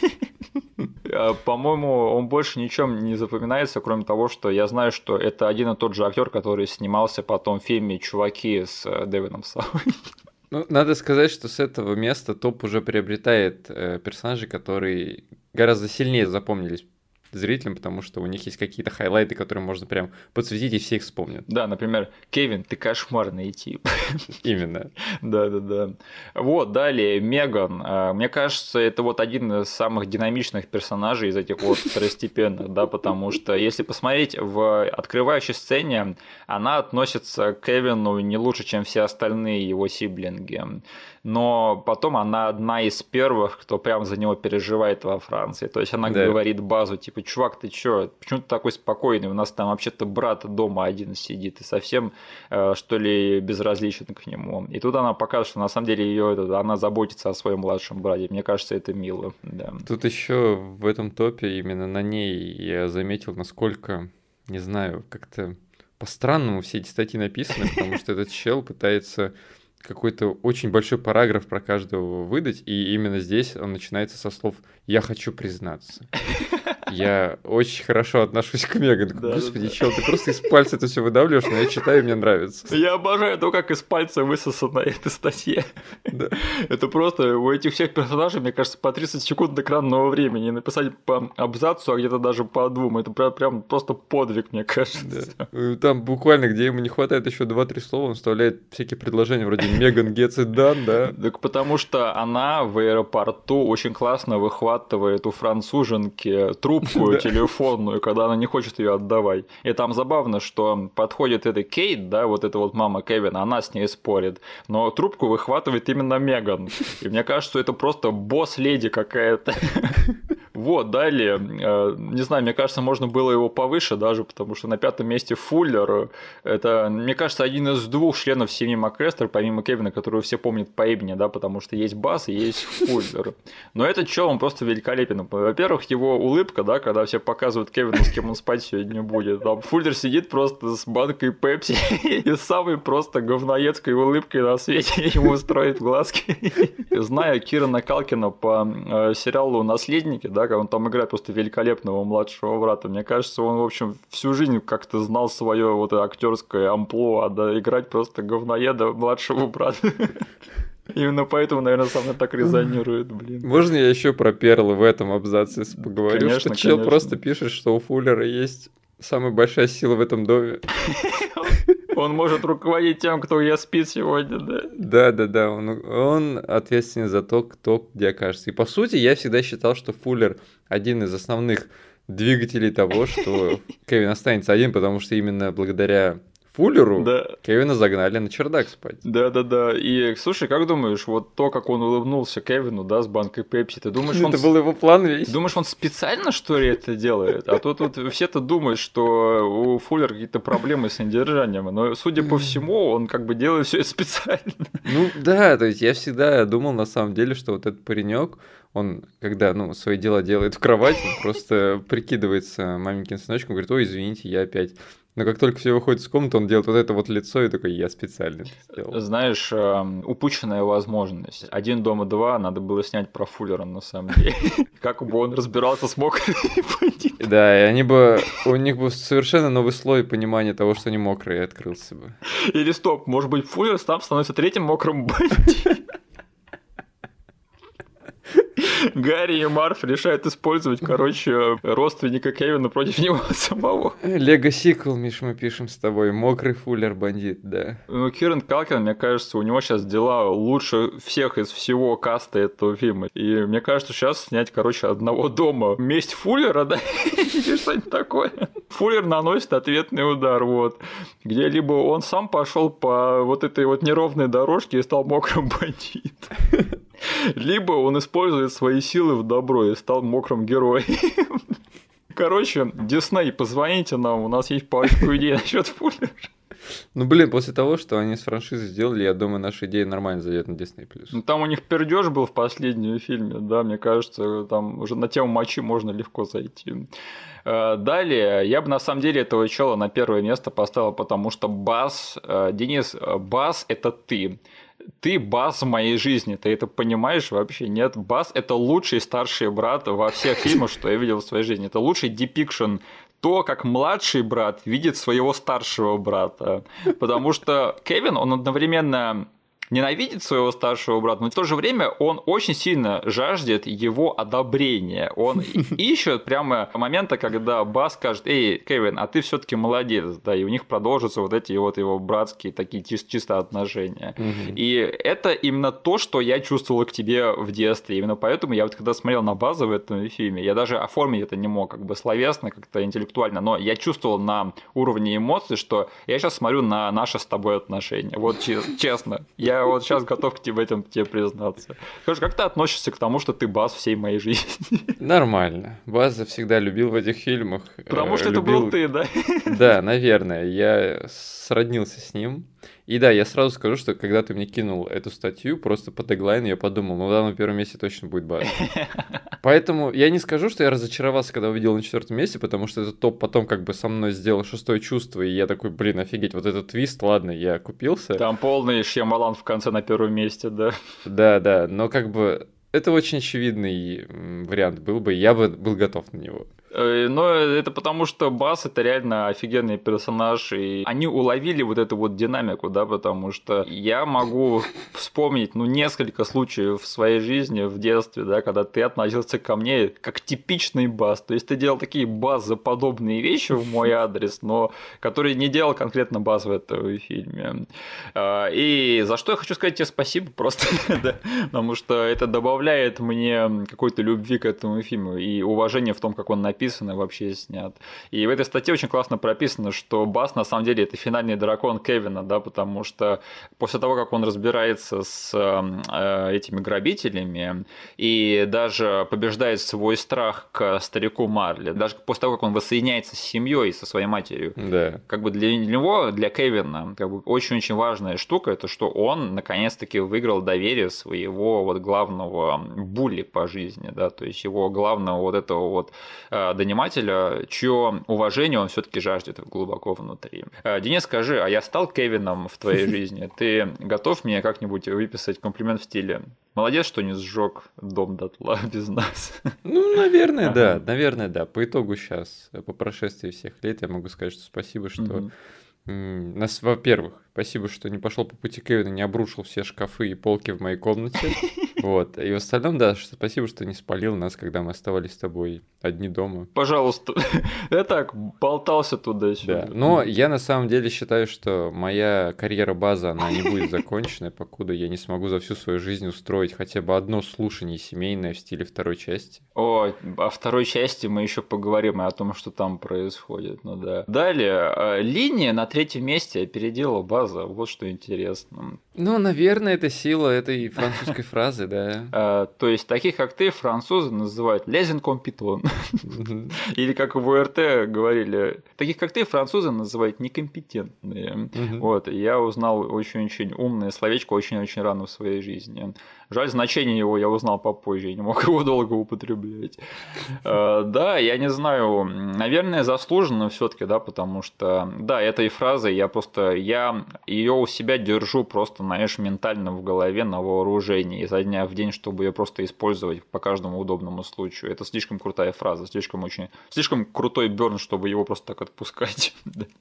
По-моему, он больше ничем не запоминается, кроме того, что я знаю, что это один и тот же актер, который снимался потом в фильме «Чуваки» с Дэвидом Сауэй. Ну, надо сказать, что с этого места топ уже приобретает персонажей, которые гораздо сильнее запомнились зрителям, потому что у них есть какие-то хайлайты, которые можно прям подсветить, и все их вспомнят. Да, например, «Кевин, ты кошмарный тип». Именно. Да. Вот, далее, Меган. Мне кажется, это вот один из самых динамичных персонажей из этих вот второстепенных, да, потому что если посмотреть в открывающей сцене, она относится к Кевину не лучше, чем все остальные его сиблинги. Но потом она одна из первых, кто прям за него переживает во Франции. То есть она говорит базу, типа, чувак, ты чё, почему ты такой спокойный? У нас там вообще-то брат дома один сидит и совсем, что ли, безразличен к нему. И тут она показывает, что на самом деле она заботится о своем младшем брате. Мне кажется, это мило. Да. Тут еще в этом топе именно на ней я заметил, насколько, не знаю, как-то по-странному все эти статьи написаны, потому что этот чел пытается какой-то очень большой параграф про каждого выдать, и именно здесь он начинается со слов «я хочу признаться». Я очень хорошо отношусь к Меган. Господи, чел, ты просто из пальца это все выдавливаешь, но я читаю, и мне нравится. Я обожаю то, как из пальца высосана эта статья. Да. Это просто у этих всех персонажей, мне кажется, по 30 секунд экранного времени. Написать по абзацу, а где-то даже по двум. Это прям просто подвиг, мне кажется. Да. Там буквально, где ему не хватает еще 2-3 слова, он вставляет всякие предложения вроде «Меган gets it done», да? Так потому что она в аэропорту очень классно выхватывает у француженки трубку телефонную, когда она не хочет ее отдавать. И там забавно, что подходит эта Кейт, да, вот эта вот мама Кевина, она с ней спорит, но трубку выхватывает именно Меган. И мне кажется, что это просто босс-леди какая-то. Вот, далее, не знаю, мне кажется, можно было его повыше даже, потому что на 5-м месте Фуллер. Это, мне кажется, один из 2 членов семьи МакАлистер, помимо Кевина, которого все помнят по имени, да, потому что есть Бас и есть Фуллер. Но этот чел, он просто великолепен. Во-первых, его улыбка, да, когда все показывают Кевину, с кем он спать сегодня будет. Там Фуллер сидит просто с банкой Пепси и с самой просто говноедской улыбкой на свете ему строит глазки. Зная Кирана Калкина по сериалу «Наследники», да, он там играет просто великолепного младшего брата. Мне кажется, он, в общем, всю жизнь как-то знал свое вот актерское амплуа, да, играть просто говноеда младшего брата. Именно поэтому, наверное, со мной так резонирует, блин. Можно я еще про Перл в этом абзаце поговорю? Конечно, что чел просто пишет, что у Фуллера есть самая большая сила в этом доме. Он может руководить тем, кто я спит сегодня, да? Да. Он ответственен за то, кто где окажется. И по сути, я всегда считал, что Фуллер один из основных двигателей того, что Кевин останется один, потому что именно благодаря Фуллеру Кевина загнали на чердак спать. Да. И, слушай, как думаешь, вот то, как он улыбнулся Кевину, да, с банкой Пепси, ты думаешь, это был его план весь? Ты думаешь, он специально, что ли, это делает? А то тут все-то думают, что у Фуллера какие-то проблемы с содержанием, но, судя по всему, он как бы делает все это специально. Ну да, то есть я всегда думал на самом деле, что вот этот паренек, он, когда, свои дела делает в кровати, он просто прикидывается маменькин сыночком, говорит: ой, извините, я опять. Но как только все выходят из комнаты, он делает вот это вот лицо и такой: я специально это сделал. Знаешь, упущенная возможность. «Один дома 2» надо было снять про Фуллера, на самом деле. Как бы он разбирался с мокрыми бандитами. Да, и у них бы совершенно новый слой понимания того, что они мокрые, открылся бы. Или стоп, может быть, Фуллер там становится 3-м мокрым бандитом. Гарри и Марв решают использовать, короче, родственника Кевина против него самого. Лего-сиквел, Миш, мы пишем с тобой. Мокрый Фуллер-бандит, да. Ну, Киран Калкин, мне кажется, у него сейчас дела лучше всех из всего каста этого фильма. И мне кажется, сейчас снять, короче, «Одного дома». Месть Фуллера, да? Или что-нибудь такое. Фуллер наносит ответный удар, вот. Где либо он сам пошел по вот этой вот неровной дорожке и стал мокрым бандитом. Либо он использует свои силы в добро и стал мокрым героем. Короче, Дисней, позвоните нам, у нас есть парочку идей насчет Фуллера. Ну, блин, после того, что они с франшизой сделали, я думаю, наша идея нормально зайдет на Disney+. Ну, там у них пердеж был в последнем фильме, да, мне кажется, там уже на тему мочи можно легко зайти. Далее, я бы на самом деле этого чела на первое место поставил, потому что Базз, Денис, Базз – это ты. Ты Базз в моей жизни, ты это понимаешь вообще? Нет, Базз – это лучший старший брат во всех фильмах, что я видел в своей жизни. Это лучший депикшн, то, как младший брат видит своего старшего брата. Потому что Кевин, он одновременно ненавидит своего старшего брата, но в то же время он очень сильно жаждет его одобрения. Он ищет прямо момента, когда Базз скажет: эй, Кевин, а ты все-таки молодец, да, и у них продолжатся вот эти вот его братские такие чисто отношения. И это именно то, что я чувствовал к тебе в детстве. Именно поэтому я вот когда смотрел на Базза в этом фильме, я даже оформить это не мог, как бы словесно, как-то интеллектуально, но я чувствовал на уровне эмоций, что я сейчас смотрю на наши с тобой отношения. Вот честно, я вот сейчас готов к тебе в этом признаться. Скажи, как ты относишься к тому, что ты Базз всей моей жизни? Нормально. Базза всегда любил в этих фильмах. Потому что это был ты, да? Да, наверное. Я сроднился с ним. И да, я сразу скажу, что когда ты мне кинул эту статью, просто по теглайну я подумал, ну да, на первом месте точно будет Базз. Поэтому я не скажу, что я разочаровался, когда увидел на 4-м месте, потому что этот топ потом как бы со мной сделал 6-е чувство, и я такой, блин, офигеть, вот этот твист, ладно, я купился. Там полный Шьямалан в конце на 1-м месте, да. Да, но как бы это очень очевидный вариант был бы, и я бы был готов на него. Но это потому, что Базз — это реально офигенный персонаж, и они уловили вот эту вот динамику, да, потому что я могу вспомнить, ну, несколько случаев в своей жизни, в детстве, да, когда ты относился ко мне как типичный Базз, то есть ты делал такие Баззоподобные вещи в мой адрес, но которые не делал конкретно Базз в этом фильме. И за что я хочу сказать тебе спасибо просто, да, потому что это добавляет мне какой-то любви к этому фильму и уважения в том, как он написан и вообще снят. И в этой статье очень классно прописано, что Базз на самом деле это финальный дракон Кевина, да, потому что после того, как он разбирается с этими грабителями и даже побеждает свой страх к старику Марли, даже после того, как он воссоединяется с семьей, со своей матерью, да. Как бы для него, для Кевина, как бы очень-очень важная штука, это что он наконец-таки выиграл доверие своего вот главного булли по жизни, да, то есть его главного вот этого вот донимателя, чье уважение он все-таки жаждет глубоко внутри. Денис, скажи, а я стал Кевином в твоей жизни? Ты готов мне как-нибудь выписать комплимент в стиле: молодец, что не сжег дом дотла без нас? Ну, наверное, да. Наверное, да. По итогу сейчас, по прошествии всех лет, я могу сказать, что спасибо, что нас, во-первых, спасибо, что не пошел по пути Кевина, не обрушил все шкафы и полки в моей комнате. Вот. И в остальном, да, спасибо, что не спалил нас, когда мы оставались с тобой одни дома. Пожалуйста. Я так болтался туда-сюда. Да. Но я на самом деле считаю, что моя карьера Базза, она не будет закончена, покуда я не смогу за всю свою жизнь устроить хотя бы одно слушание семейное в стиле второй части. О, о второй части мы еще поговорим и о том, что там происходит. Ну да. Далее, линия на 3-м месте опередила Базза. Вот что интересно. Ну, наверное, это сила этой французской фразы, да. То есть, таких как ты французы называют «les incompetents». Или как в ОРТ говорили, таких как ты французы называют некомпетентные. Вот, я узнал очень-очень умное словечко очень-очень рано в своей жизни. Жаль, значение его я узнал попозже, я не мог его долго употреблять. Да, я не знаю, наверное, заслуженно все-таки, да, потому что, да, этой фразой фраза, я ее у себя держу просто, знаешь, ментально в голове на вооружении изо дня в день, чтобы ее просто использовать по каждому удобному случаю. Это слишком крутая фраза, слишком крутой бёрн, чтобы его просто так отпускать.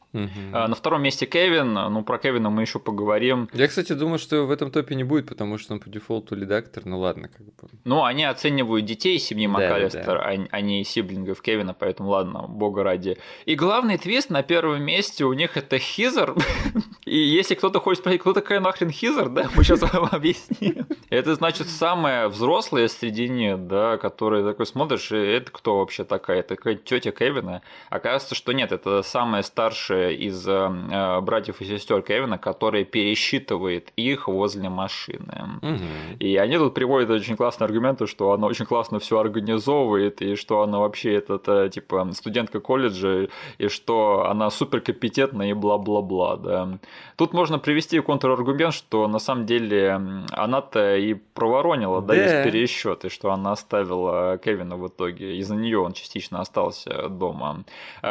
На втором месте Кевин, ну про Кевина мы еще поговорим. Я, кстати, думаю, что в этом топе не будет, потому что он по дефолту редактор, ну ладно, как бы. Ну, они оценивают детей семьи МакАлистер, а не сиблингов Кевина, поэтому ладно, бога ради. И главный твист на первом месте у них это Хизер. И если кто-то хочет спросить, кто такая нахрен Хизер, да, мы сейчас вам объясним. Это значит самая взрослая среди них, да, которая такой смотришь, и это кто вообще такая? Это такая тетя Кевина. Оказывается, что нет, это самая старшая из братьев и сестер Кевина, которая пересчитывает их возле машины. И они тут приводят очень классные аргументы, что она очень классно все организовывает, и что она вообще это типа студентка колледжа, и что она суперкомпетентна и бла-бла-бла, да. Тут можно привести контраргумент, что на самом деле она-то и проворонила, да, весь пересчет, и что она оставила Кевина в итоге. Из-за нее он частично остался дома.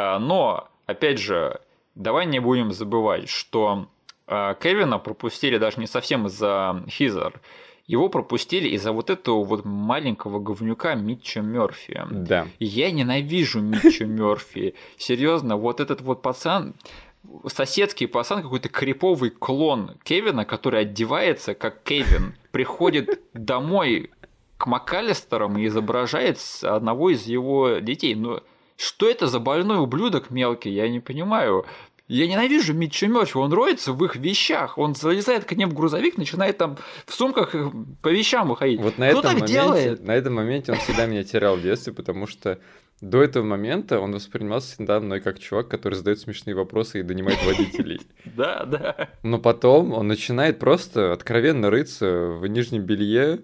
Но, опять же, давай не будем забывать, что Кевина пропустили даже не совсем из-за Хизер. Его пропустили из-за вот этого вот маленького говнюка Митча Мёрфи. Да. Я ненавижу Митча Мёрфи. Серьезно, вот этот вот пацан, соседский пацан, какой-то криповый клон Кевина, который одевается как Кевин, приходит домой к МакАлистерам и изображает одного из его детей. Ну, что это за больной ублюдок мелкий, я не понимаю. Я ненавижу Митча Мёрфи, он роется в их вещах, он залезает к ним в грузовик, начинает там в сумках по вещам выходить. Вот на этом моменте он всегда меня терял в детстве, потому что до этого момента он воспринимался всегда мной как чувак, который задает смешные вопросы и донимает водителей. Да, да. Но потом он начинает просто откровенно рыться в нижнем белье,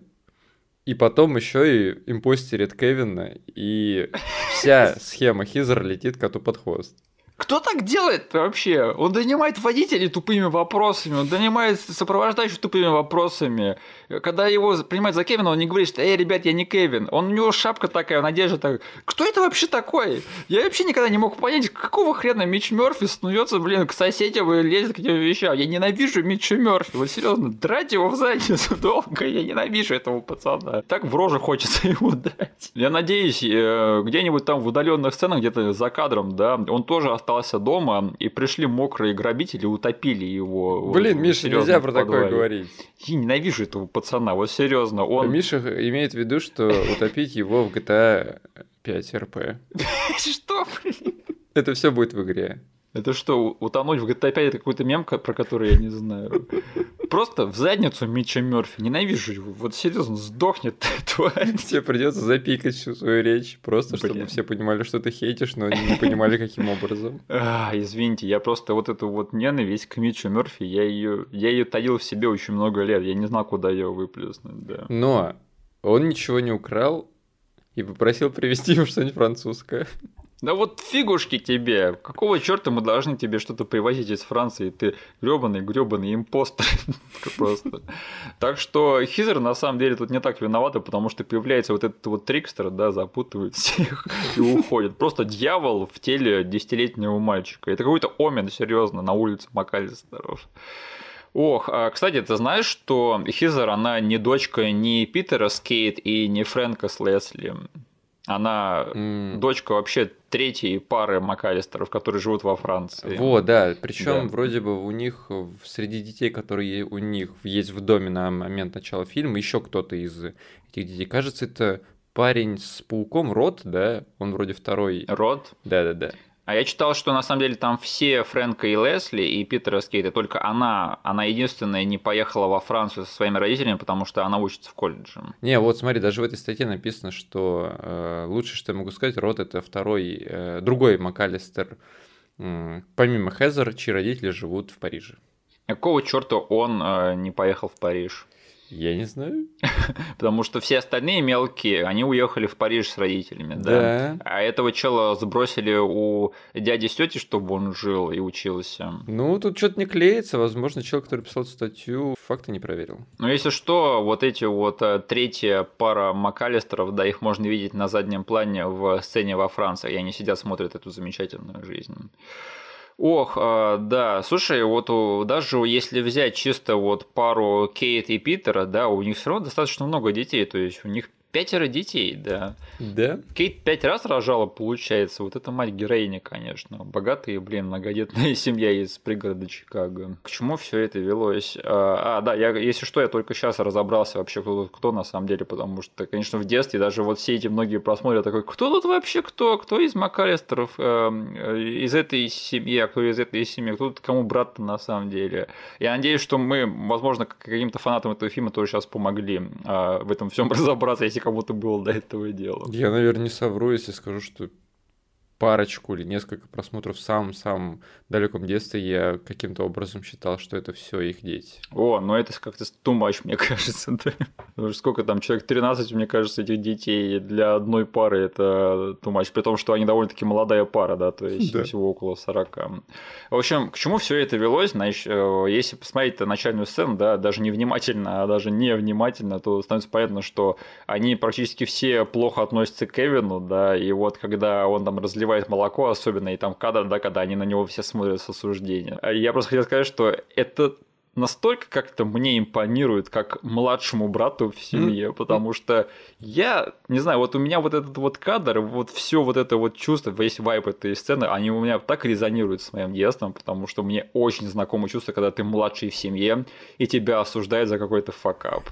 и потом еще и импостерит Кевина, и вся схема Хизер летит коту под хвост. Кто так делает вообще? Он донимает водителей тупыми вопросами, он донимает сопровождающих тупыми вопросами. Когда его принимают за Кевина, он не говорит, что «Эй, ребят, я не Кевин». У него шапка такая, надежда такая. Кто это вообще такой? Я вообще никогда не мог понять, какого хрена Митч Мёрфи снуется, к соседям и лезет к этим вещам. Я ненавижу Митча Мёрфи. Вот серьезно, драть его в задницу долго. Я ненавижу этого пацана. Так в рожу хочется ему дать. Я надеюсь, где-нибудь там в удаленных сценах, где-то за кадром, да, он тоже остался дома, и пришли мокрые грабители, утопили его. Блин, Миша, нельзя про такое говорить. Я ненавижу этого пацана, вот серьезно. Миша имеет в виду, что утопить его в GTA 5 RP. Что, блин? Это все будет в игре. Это что, утонуть в GTA 5 это какой-то мем, про который я не знаю. Просто в задницу Митча Мёрфи. Ненавижу его. Вот серьезно, сдохнет тварь. Тебе придется запикать всю свою речь, просто чтобы все понимали, что ты хейтишь, но не понимали, каким образом. Извините, я просто вот эту вот ненависть к Митчу Мёрфи, я ее таил в себе очень много лет. Я не знал, куда ее выплеснуть. Да. Но он ничего не украл и попросил привезти ему что-нибудь французское. Да вот фигушки тебе! Какого черта мы должны тебе что-то привозить из Франции? Ты грёбаный импостер просто. Так что Хизер на самом деле тут не так виновата, потому что появляется вот этот вот трикстер, да, запутывает всех и уходит. Просто дьявол в теле 10-летнего мальчика. Это какой-то омен, серьезно, на улице МакАлистеров. Ох, кстати, ты знаешь, что Хизер, она не дочка ни Питера Скейт и не Фрэнка с Лесли. Она дочка вообще третьей пары МакАлистеров, которые живут во Франции. Вот, да. Причем вроде бы у них среди детей, которые у них есть в доме на момент начала фильма, еще кто-то из этих детей. Кажется, это парень с пауком Рот, да? Он вроде второй. Рот? Да. А я читал, что на самом деле там все Фрэнка и Лесли и Питера Скейта, только она единственная не поехала во Францию со своими родителями, потому что она учится в колледже. Не, вот смотри, даже в этой статье написано, что лучше, что я могу сказать, Рот это другой МакАлистер, помимо Хезер, чьи родители живут в Париже. Какого черта он не поехал в Париж? Я не знаю. Потому что все остальные мелкие, они уехали в Париж с родителями, да? А этого чела сбросили у дяди с тетей, чтобы он жил и учился. Ну, тут что-то не клеится. Возможно, человек, который писал эту статью, факты не проверил. Ну, если что, вот эти вот третья пара МакАлистеров, да, их можно видеть на заднем плане в сцене во Франции. И они сидят, смотрят эту замечательную жизнь. Ох, да, слушай, вот даже если взять чисто вот пару Кейт и Питера, да, у них все равно достаточно много детей, то есть у них 5 детей, да. Да? Кейт 5 раз рожала, получается. Вот это мать героини, конечно. Богатые, блин, многодетная семья из пригорода Чикаго. К чему все это велось? Да, если что, я только сейчас разобрался вообще, кто на самом деле, потому что, конечно, в детстве даже вот все эти многие просмотры, я такой, кто тут вообще кто? Кто из МакАлистеров, из этой семьи, а кто из этой семьи, кто тут кому брат-то на самом деле? Я надеюсь, что мы, возможно, каким-то фанатам этого фильма тоже сейчас помогли в этом всем разобраться, если кому-то было до этого дела. Я, наверное, не совру, если скажу, что парочку или несколько просмотров в самом-самом далеком детстве я каким-то образом считал, что это все их дети. Ну это как-то too much, мне кажется. Да? Потому что сколько там, человек 13, мне кажется, этих детей для одной пары это too much, при том, что они довольно-таки молодая пара, да, то есть всего около 40. В общем, к чему все это велось? Значит, если посмотреть начальную сцену, да, даже не внимательно, а даже невнимательно, то становится понятно, что они практически все плохо относятся к Кевину, да, и вот когда он там разливает молоко особенно, и там кадр, да, когда они на него все смотрят с осуждением. Я просто хотел сказать, что это настолько как-то мне импонирует, как младшему брату в семье, потому что я, не знаю, вот у меня вот этот вот кадр, вот все вот это вот чувство, весь вайб этой сцены, они у меня так резонируют с моим детством, потому что мне очень знакомо чувство, когда ты младший в семье, и тебя осуждают за какой-то факап.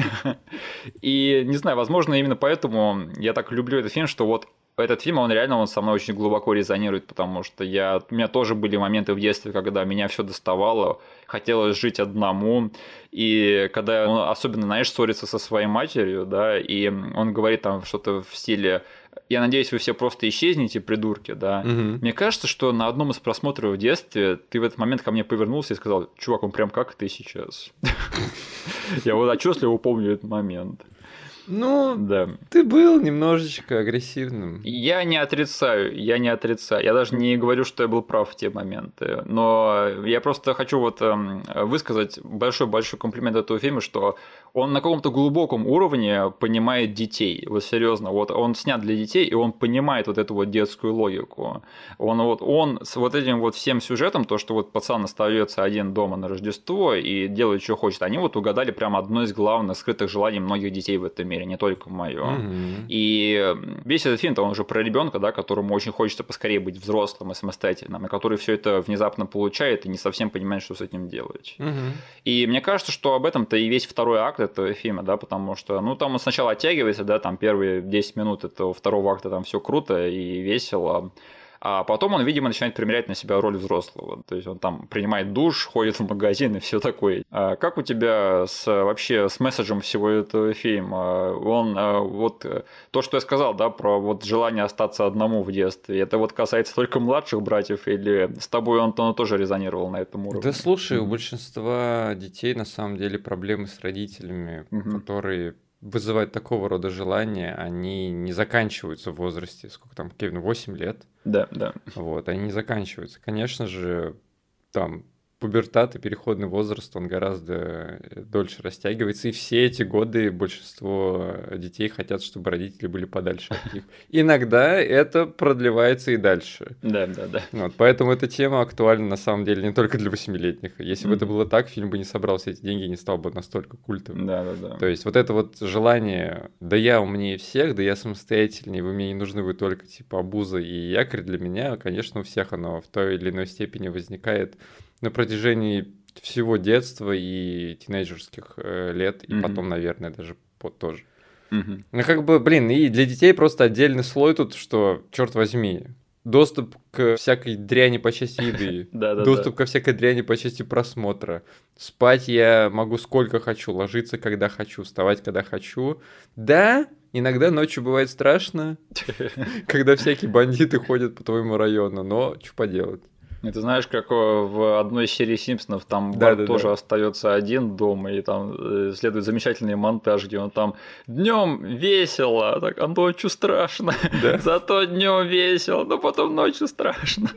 И, не знаю, возможно, именно поэтому я так люблю этот фильм, что вот этот фильм, он со мной очень глубоко резонирует, потому что у меня тоже были моменты в детстве, когда меня все доставало, хотелось жить одному, и когда он особенно, знаешь, ссорится со своей матерью, да, и он говорит там что-то в стиле «Я надеюсь, вы все просто исчезнете, придурки», да. Мне кажется, что на одном из просмотров в детстве ты в этот момент ко мне повернулся и сказал: «Чувак, он прям как ты сейчас». Я вот отчетливо помню этот момент. Ну, да. Ты был немножечко агрессивным. Я не отрицаю. Я даже не говорю, что я был прав в те моменты. Но я просто хочу вот высказать большой-большой комплимент этому фильму, что он на каком-то глубоком уровне понимает детей. Вот серьезно, вот он снят для детей, и он понимает вот эту вот детскую логику. Он с вот этим вот всем сюжетом, то, что вот пацан остается один дома на Рождество и делает, что хочет, они вот угадали прям одно из главных скрытых желаний многих детей в этом мире, не только мое. И весь этот фильм-то он уже про ребенка, да, которому очень хочется поскорее быть взрослым и самостоятельным, и который все это внезапно получает и не совсем понимает, что с этим делать. И мне кажется, что об этом-то и весь второй акт этого фильма, да, потому что, там он сначала оттягивается, да, там первые 10 минут этого второго акта там все круто и весело, а потом он, видимо, начинает примерять на себя роль взрослого. То есть он там принимает душ, ходит в магазин и все такое. А как у тебя вообще с месседжем всего этого фильма? Вот то, что я сказал, да, про вот желание остаться одному в детстве, это вот касается только младших братьев, или с тобой он тоже резонировал на этом уровне? Да слушай, у большинства детей на самом деле проблемы с родителями, которые вызывают такого рода желания, они не заканчиваются в возрасте, сколько там, Кевину, 8 лет? Да. Вот, они не заканчиваются. Конечно же, там пубертат и переходный возраст, он гораздо дольше растягивается, и все эти годы большинство детей хотят, чтобы родители были подальше от них. Иногда это продлевается и дальше. Да. Вот, поэтому эта тема актуальна на самом деле не только для 8-летних. Если бы это было так, фильм бы не собрал все эти деньги и не стал бы настолько культовым. Да. То есть вот это вот желание, да я умнее всех, да я самостоятельнее, вы мне не нужны, вы только типа обуза и якорь для меня, конечно, у всех оно в той или иной степени возникает на протяжении всего детства и тинейджерских лет, и потом, наверное, даже тоже. Ну, как бы, блин, и для детей просто отдельный слой тут, что, черт возьми, доступ к всякой дряни по части еды, доступ ко всякой дряни по части просмотра. Спать я могу сколько хочу, ложиться когда хочу, вставать когда хочу. Да, иногда ночью бывает страшно, когда всякие бандиты ходят по твоему району, но что поделать. Это знаешь, как в одной серии «Симпсонов» там Барт тоже остается один дома, и там следует замечательный монтаж, где он там днем весело, а так, а ночью страшно, зато днем весело, но потом ночью страшно.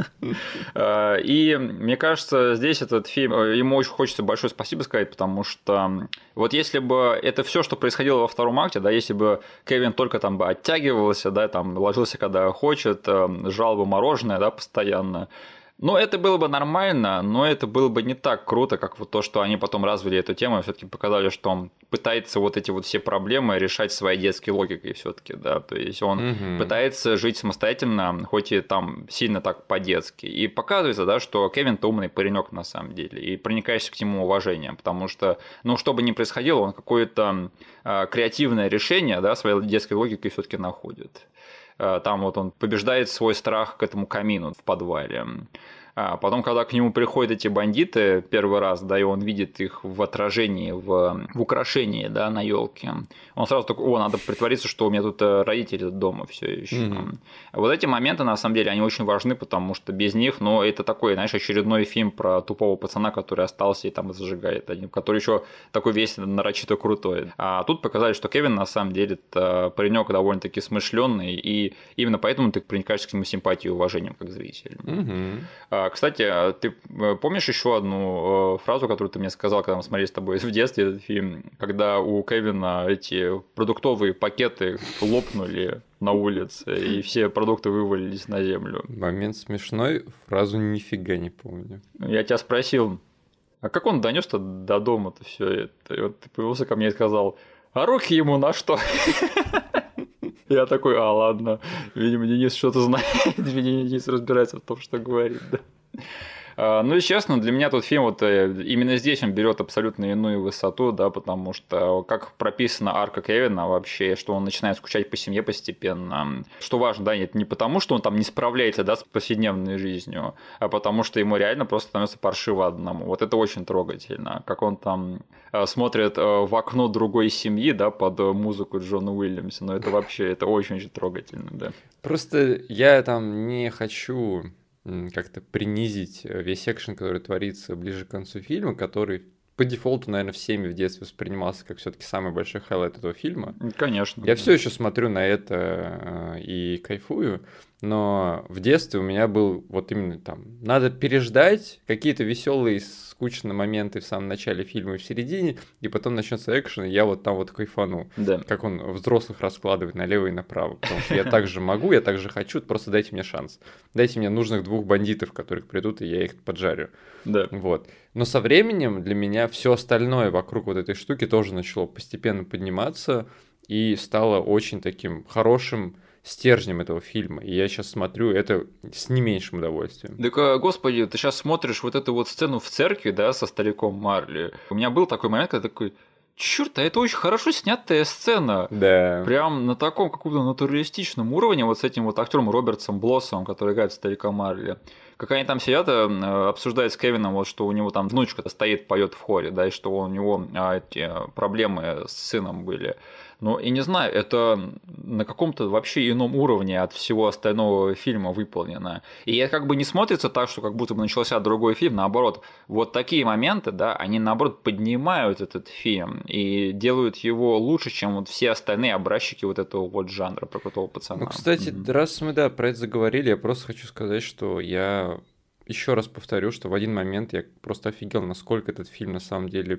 И мне кажется, здесь этот фильм, ему очень хочется большое спасибо сказать, потому что вот если бы это все, что происходило во втором акте, да, если бы Кевин только там бы оттягивался, да, там ложился когда хочет, жрал бы мороженое, да, постоянно, Ну, это было бы нормально, но это было бы не так круто, как вот то, что они потом развили эту тему, и все-таки показали, что он пытается вот эти вот все проблемы решать своей детской логикой все-таки, да, то есть он пытается жить самостоятельно, хоть и там сильно так по-детски, и показывается, да, что Кевин-то умный паренек на самом деле, и проникаешься к нему уважением, потому что, ну, что бы ни происходило, он какое-то креативное решение, да, своей детской логикой все-таки находит. Там вот он побеждает свой страх к этому камину в подвале. А потом, когда к нему приходят эти бандиты первый раз, да, и он видит их в отражении, в украшении, да, на елке, он сразу такой: о, надо притвориться, что у меня тут родители дома все еще. Вот эти моменты, на самом деле, они очень важны, потому что без них, ну, это такой, знаешь, очередной фильм про тупого пацана, который остался и там зажигает один, который еще такой весь нарочито крутой. А тут показали, что Кевин, на самом деле, это паренек довольно-таки смышленый, и именно поэтому ты проникаешься к нему симпатией и уважением, как зритель. Кстати, ты помнишь еще одну фразу, которую ты мне сказал, когда мы смотрели с тобой в детстве этот фильм, когда у Кевина эти продуктовые пакеты лопнули на улице, и все продукты вывалились на землю? Момент смешной, фразу нифига не помню. Я тебя спросил, а как он донес-то до дома-то все это? И вот ты появился ко мне и сказал: а руки ему на что? Я такой: а, ладно, видимо, Денис что-то знает, видимо, Денис разбирается в том, что говорит, да. Ну и честно, для меня тот фильм вот именно здесь он берет абсолютно иную высоту, да, потому что как прописана арка Кевина вообще, что он начинает скучать по семье постепенно. Что важно, да, это не потому, что он там не справляется, да, с повседневной жизнью, а потому что ему реально просто становится паршиво одному. Вот это очень трогательно, как он там смотрит в окно другой семьи, да, под музыку Джона Уильямса, но это вообще, это очень-очень трогательно, да. Просто я там не хочу как-то принизить весь экшен, который творится ближе к концу фильма, который по дефолту, наверное, всеми в детстве воспринимался как все-таки самый большой хайлайт этого фильма. Конечно. Я все еще смотрю на это и кайфую, но в детстве у меня был вот именно там: надо переждать какие-то веселые, скучные моменты в самом начале фильма и в середине, и потом начнется экшен, и я вот там вот кайфану. Да. Как он взрослых раскладывает налево и направо. Потому что я так же могу, я так же хочу, просто дайте мне шанс. Дайте мне нужных 2 бандитов, которые придут, и я их поджарю. Да. Вот. Но со временем для меня все остальное вокруг вот этой штуки тоже начало постепенно подниматься и стало очень таким хорошим стержнем этого фильма. И я сейчас смотрю это с не меньшим удовольствием. Так, господи, ты сейчас смотришь вот эту вот сцену в церкви, да, со стариком Марли. У меня был такой момент, когда такой: чёрт, а это очень хорошо снятая сцена. Да. Прям на таком каком-то натуралистичном уровне, вот с этим вот актером Робертсом Блоссом, который играет старика Марли. Как они там сидят, обсуждают с Кевином, вот, что у него там внучка стоит, поет в хоре, да, и что у него эти проблемы с сыном были. Ну, и не знаю, это на каком-то вообще ином уровне от всего остального фильма выполнено. И это как бы не смотрится так, что как будто бы начался другой фильм, наоборот. Вот такие моменты, да, они наоборот поднимают этот фильм и делают его лучше, чем вот все остальные образчики вот этого вот жанра про крутого пацана. Ну, кстати, раз мы, да, про это заговорили, я просто хочу сказать, что я еще раз повторю, что в один момент я просто офигел, насколько этот фильм на самом деле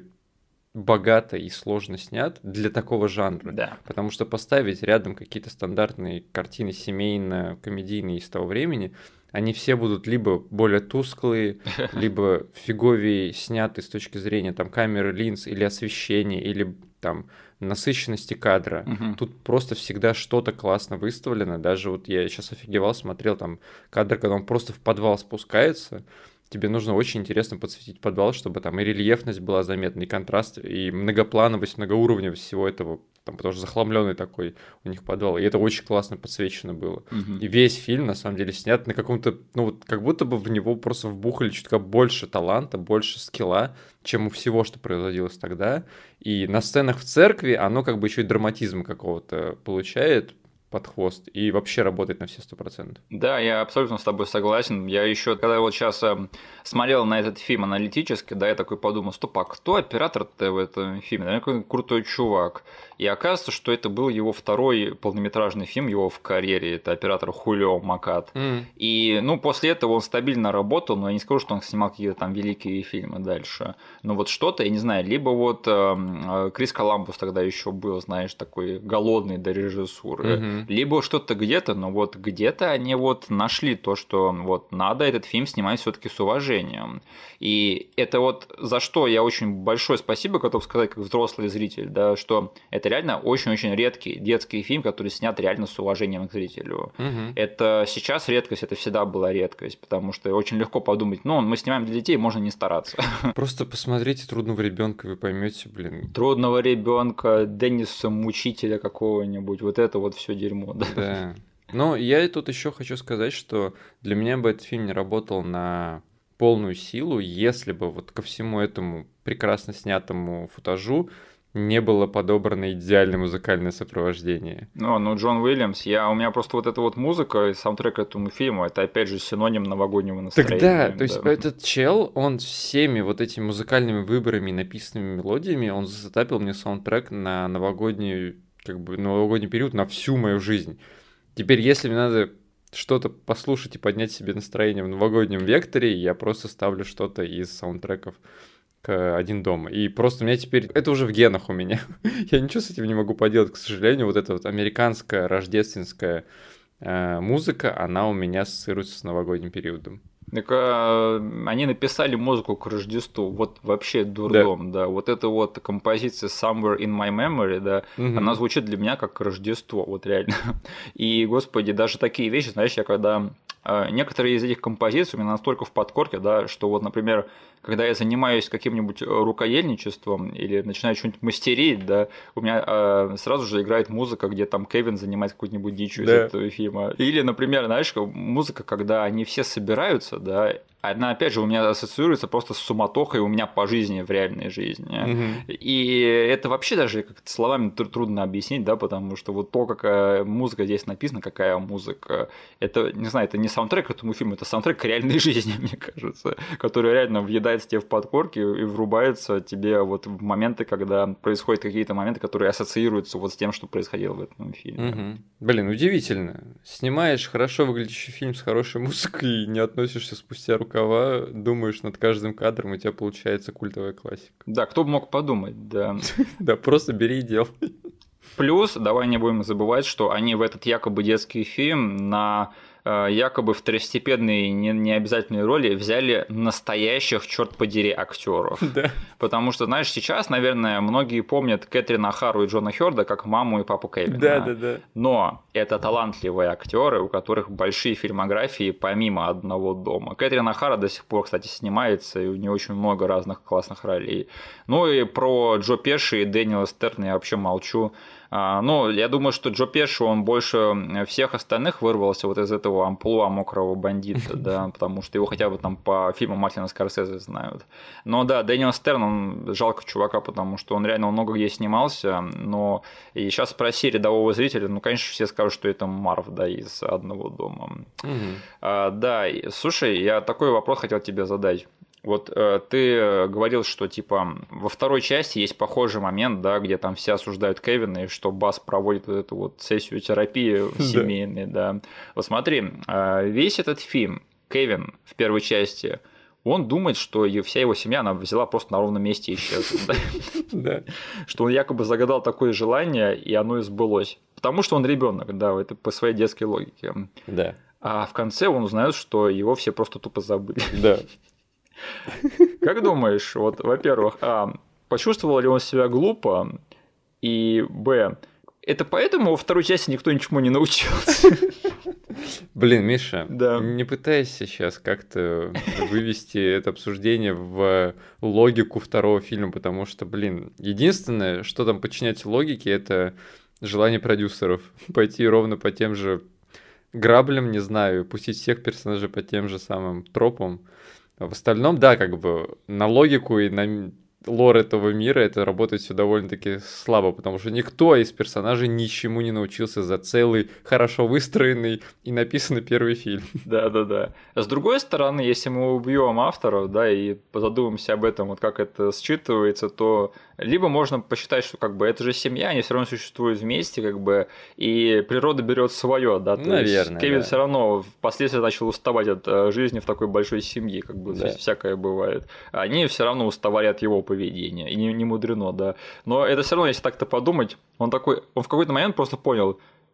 богато и сложно снят для такого жанра. Да. Потому что поставить рядом какие-то стандартные картины семейно-комедийные из того времени, они все будут либо более тусклые, либо фиговее сняты с точки зрения там камеры, линз или освещения, или там насыщенности кадра. Тут просто всегда что-то классно выставлено. Даже вот я сейчас офигевал, смотрел там кадр, когда он просто в подвал спускается. Тебе нужно очень интересно подсветить подвал, чтобы там и рельефность была заметна, и контраст, и многоплановость, многоуровневость всего этого, там, потому что захламленный такой у них подвал, и это очень классно подсвечено было. И весь фильм, на самом деле, снят на каком-то, ну вот, как будто бы в него просто вбухали чутка больше таланта, больше скилла, чем у всего, что производилось тогда. И на сценах в церкви оно как бы еще и драматизм какого-то получает под хвост и вообще работает на все 100%. Да, я абсолютно с тобой согласен. Я еще, когда вот сейчас смотрел на этот фильм аналитически, да, я такой подумал: стоп, а кто оператор-то в этом фильме? Наверное, какой крутой чувак. И оказывается, что это был его второй полнометражный фильм его в карьере. Это оператор Хулио Макат. И, ну, после этого он стабильно работал, но я не скажу, что он снимал какие-то там великие фильмы дальше. Но вот что-то, я не знаю, либо вот Крис Коламбус тогда еще был, знаешь, такой голодный до режиссуры. либо что-то где-то, но вот где-то они вот нашли то, что вот надо этот фильм снимать все-таки с уважением. И это вот за что я очень большое спасибо готов сказать как взрослый зритель, да, что это реально очень-очень редкий детский фильм, который снят реально с уважением к зрителю. Это сейчас редкость, это всегда была редкость, потому что очень легко подумать, ну, мы снимаем для детей, можно не стараться. Просто посмотрите «Трудного ребенка», вы поймете, блин. Трудного ребенка, Денниса Мучителя какого-нибудь, вот это вот все дерьмо. Да. Но я тут еще хочу сказать, что для меня бы этот фильм не работал на полную силу, если бы вот ко всему этому прекрасно снятому футажу не было подобрано идеальное музыкальное сопровождение. Ну, Джон Уильямс, у меня просто вот эта вот музыка и саундтрек к этому фильму, это опять же синоним новогоднего настроения. Тогда, то есть этот чел, он всеми вот этими музыкальными выборами и написанными мелодиями, он затапил мне саундтрек на новогодний период, на всю мою жизнь. Теперь, если мне надо что-то послушать и поднять себе настроение в новогоднем векторе, я просто ставлю что-то из саундтреков к «Один дома». И просто у меня теперь... Это уже в генах у меня. Я ничего с этим не могу поделать, к сожалению. Вот эта вот американская рождественская музыка, она у меня ассоциируется с новогодним периодом. Так они написали музыку к Рождеству, вот вообще дурдом, да. Вот эта вот композиция Somewhere in My Memory, да, она звучит для меня как Рождество, вот реально. И, господи, даже такие вещи, знаешь, я когда... Некоторые из этих композиций у меня настолько в подкорке, да, что вот, например, когда я занимаюсь каким-нибудь рукодельничеством или начинаю что-нибудь мастерить, да, у меня сразу же играет музыка, где там Кевин занимается какой-нибудь дичью из этого фильма. Или, например, знаешь, музыка, когда они все собираются, да, она, опять же, у меня ассоциируется просто с суматохой у меня по жизни, в реальной жизни. И это вообще даже как-то словами трудно объяснить, да, потому что вот то, какая музыка здесь написана, какая музыка, это, не знаю, это не саундтрек к этому фильму, это саундтрек к реальной жизни, мне кажется, который реально въедается тебе в подкорки и врубается тебе вот в моменты, когда происходят какие-то моменты, которые ассоциируются вот с тем, что происходило в этом фильме. Блин, удивительно. Снимаешь хорошо выглядящий фильм с хорошей музыкой и не относишься спустя рукава, думаешь над каждым кадром, у тебя получается культовая классика. Да, кто бы мог подумать, да. Да, просто бери и делай. Плюс, давай не будем забывать, что они в этот якобы детский фильм на якобы второстепенные необязательные роли взяли настоящих, черт подери, актеров. Да. Потому что, знаешь, сейчас, наверное, многие помнят Кэтрин Охару и Джона Хёрда как маму и папу Кевина. Да. Но это талантливые актеры, у которых большие фильмографии помимо «Одного дома». Кэтрин Охара до сих пор, кстати, снимается, и у нее очень много разных классных ролей. Ну и про Джо Пеши и Дэниела Стерна я вообще молчу. Ну, я думаю, что Джо Пеши, он больше всех остальных вырвался вот из этого амплуа мокрого бандита, да, потому что его хотя бы там по фильмам Мартина Скорсезе знают. Но да, Дэниел Стерн, он жалко чувака, потому что он реально много где снимался, но и сейчас спроси рядового зрителя, ну, конечно, все скажут, что это Марв, да, из «Одного дома». Да, слушай, я такой вопрос хотел тебе задать. Вот ты говорил, что типа во второй части есть похожий момент, да, где там все осуждают Кевина, и что Бас проводит вот эту вот сессию терапии семейной, да. Вот смотри, весь этот фильм Кевин в первой части, он думает, что вся его семья, она взяла просто на ровном месте и исчезла. Да. Что он якобы загадал такое желание, и оно и сбылось. Потому что он ребенок, да, это по своей детской логике. Да. А в конце он узнает, что его все просто тупо забыли. Да. Как думаешь, вот, во-первых, почувствовал ли он себя глупо, и, б, это поэтому во второй части никто ничему не научился? Блин, Миша, Да. не пытайся сейчас как-то вывести это обсуждение в логику второго фильма, потому что, блин, единственное, что там подчинять логике, это желание продюсеров пойти ровно по тем же граблям, не знаю, пустить всех персонажей по тем же самым тропам. В остальном, да, как бы на логику и на лор этого мира это работает все довольно-таки слабо, потому что никто из персонажей ничему не научился за целый, хорошо выстроенный и написанный первый фильм. Да. С другой стороны, если мы убьем авторов, да, и задумаемся об этом, вот как это считывается, то либо можно посчитать, что как бы это же семья, они все равно существуют вместе, как бы, и природа берет свое, да. То наверное, есть Кевин да. все равно впоследствии начал уставать от жизни в такой большой семье, как бы Да. всякое бывает. Они все равно уставали от его поведения, и не мудрено, да. Но это все равно, если так-то подумать, он в какой-то момент просто понял: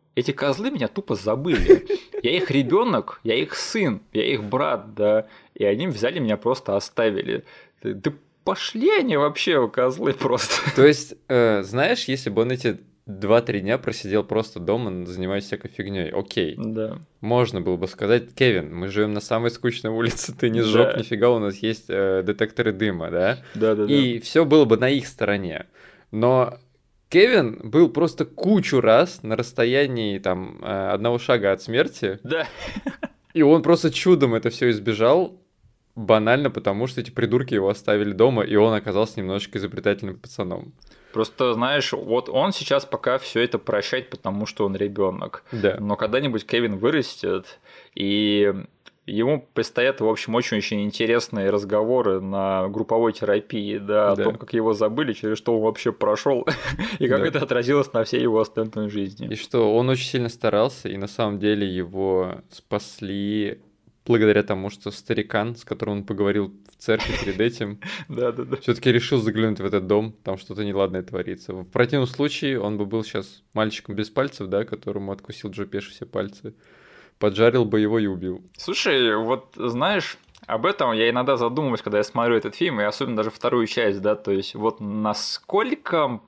эти козлы меня тупо забыли. Я их ребенок, я их сын, я их брат, да, и они взяли меня просто оставили. Да пошли они вообще, козлы просто. То есть, знаешь, если бы он эти 2-3 дня просидел просто дома, занимаясь всякой фигней, окей. Да. Можно было бы сказать: Кевин, мы живем на самой скучной улице, ты не сжег, нифига, у нас есть детекторы дыма, да? Да. И все было бы на их стороне. Но Кевин был просто кучу раз на расстоянии там одного шага от смерти. Да. И он просто чудом это все избежал, банально потому, что эти придурки его оставили дома, и он оказался немножечко изобретательным пацаном. Просто, знаешь, вот он сейчас пока все это прощает, потому что он ребенок. Да. Но когда-нибудь Кевин вырастет, и ему предстоят, в общем, очень-очень интересные разговоры на групповой терапии, да, о том, как его забыли, через что он вообще прошел, и как это отразилось на всей его остальной жизни. И что он очень сильно старался, и на самом деле его спасли благодаря тому, что старикан, с которым он поговорил в церкви перед этим, все-таки решил заглянуть в этот дом, там что-то неладное творится. В противном случае он бы был сейчас мальчиком без пальцев, да, которому откусил Джо Пеши все пальцы, поджарил бы его и убил. Слушай, вот знаешь, об этом я иногда задумываюсь, когда я смотрю этот фильм, и особенно даже вторую часть, да, то есть вот насколько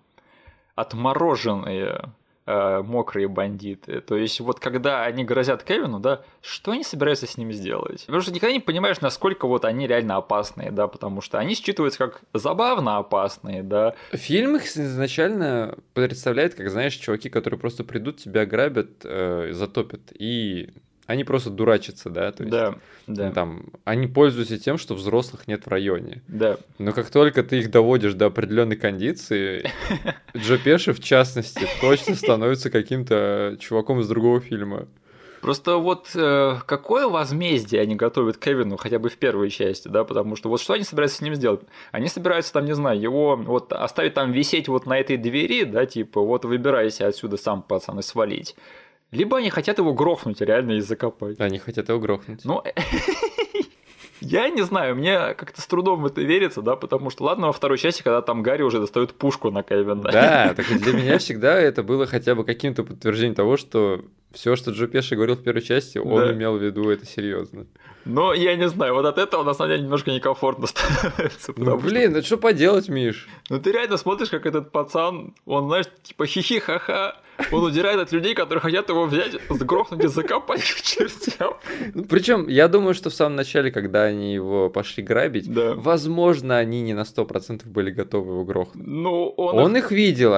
отмороженные мокрые бандиты. То есть вот когда они грозят Кевину, да, что они собираются с ним сделать? Потому что никогда не понимаешь, насколько вот они реально опасные, да, потому что они считываются как забавно опасные, да. Фильм их изначально представляет, как, знаешь, чуваки, которые просто придут, тебя ограбят, затопят, и они просто дурачатся, да, то есть там, они пользуются тем, что взрослых нет в районе. Да. Но как только ты их доводишь до определенной кондиции, Джо Пеши, в частности, точно становится каким-то чуваком из другого фильма. Просто вот какое возмездие они готовят Кевину хотя бы в первой части, да, потому что вот что они собираются с ним сделать? Они собираются там, не знаю, его вот оставить там висеть вот на этой двери, да, типа вот выбирайся отсюда сам, пацан, и свалить. Либо они хотят его грохнуть реально и закопать. Они хотят его грохнуть. Ну, я не знаю, мне как-то с трудом в это верится, да, потому что, ладно, во второй части, когда там Гарри уже достает пушку на Кевина. Да, так для меня всегда это было хотя бы каким-то подтверждением того, что все, что Джо Пеши говорил в первой части, он имел в виду это серьезно. Но я не знаю, вот от этого на самом деле немножко некомфортно становится. Ну блин, это что поделать, Миш? Ну ты реально смотришь, как этот пацан, он, знаешь, типа хихи-ха-ха, он удирает от людей, которые хотят его взять, сгрохнуть и закопать к чертям. Причем я думаю, что в самом начале, когда они его пошли грабить, возможно, они не на 100% были готовы его грохнуть. Ну, он их видел,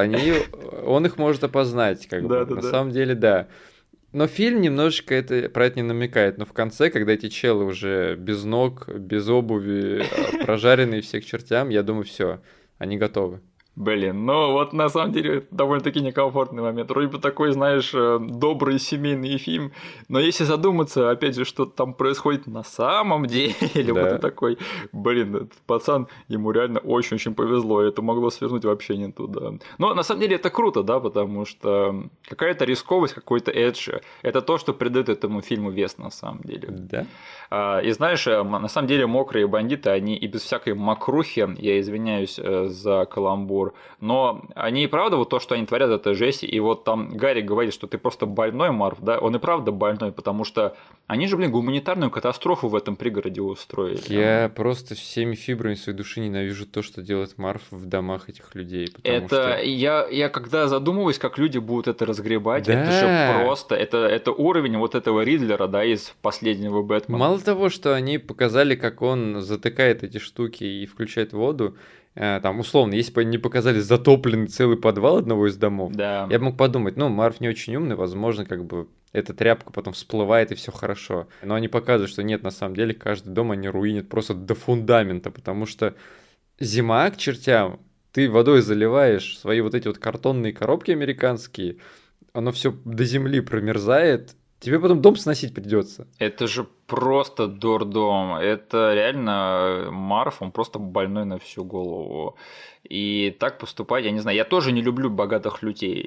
он их может опознать, как бы. На самом деле, да. Но фильм немножечко про это не намекает. Но в конце, когда эти челы уже без ног, без обуви, прожаренные всех чертям, я думаю, все, они готовы. Блин, ну вот на самом деле довольно-таки некомфортный момент. Вроде бы такой, знаешь, добрый семейный фильм, но если задуматься, опять же, что там происходит на самом деле, вот ты такой, блин, этот пацан, ему реально очень-очень повезло, это могло свернуть вообще не туда. Но на самом деле это круто, да, потому что какая-то рисковость, какой-то эдж, это то, что придает этому фильму вес на самом деле. Да. И знаешь, на самом деле мокрые бандиты, они и без всякой мокрухи, я извиняюсь за каламбур, но они и правда, вот то, что они творят, это жесть, и вот там Гарри говорит, что ты просто больной, Марв, да, он и правда больной, потому что они же, блин, гуманитарную катастрофу в этом пригороде устроили. Я просто всеми фибрами своей души ненавижу то, что делает Марв в домах этих людей. Это я когда задумываюсь, как люди будут это разгребать, это же просто, это уровень вот этого Ридлера, да, из последнего Бэтмена. Мало того, что они показали, как он затыкает эти штуки и включает воду, там, условно, если бы они не показали затопленный целый подвал одного из домов, я бы мог подумать, ну, Марв не очень умный, возможно, как бы эта тряпка потом всплывает и все хорошо. Но они показывают, что нет, на самом деле, каждый дом они руинят просто до фундамента, потому что зима к чертям, ты водой заливаешь свои вот эти вот картонные коробки американские, оно все до земли промерзает, тебе потом дом сносить придется. Это же просто дурдом. Это реально Марв, он просто больной на всю голову. И так поступать, я не знаю, я тоже не люблю богатых людей.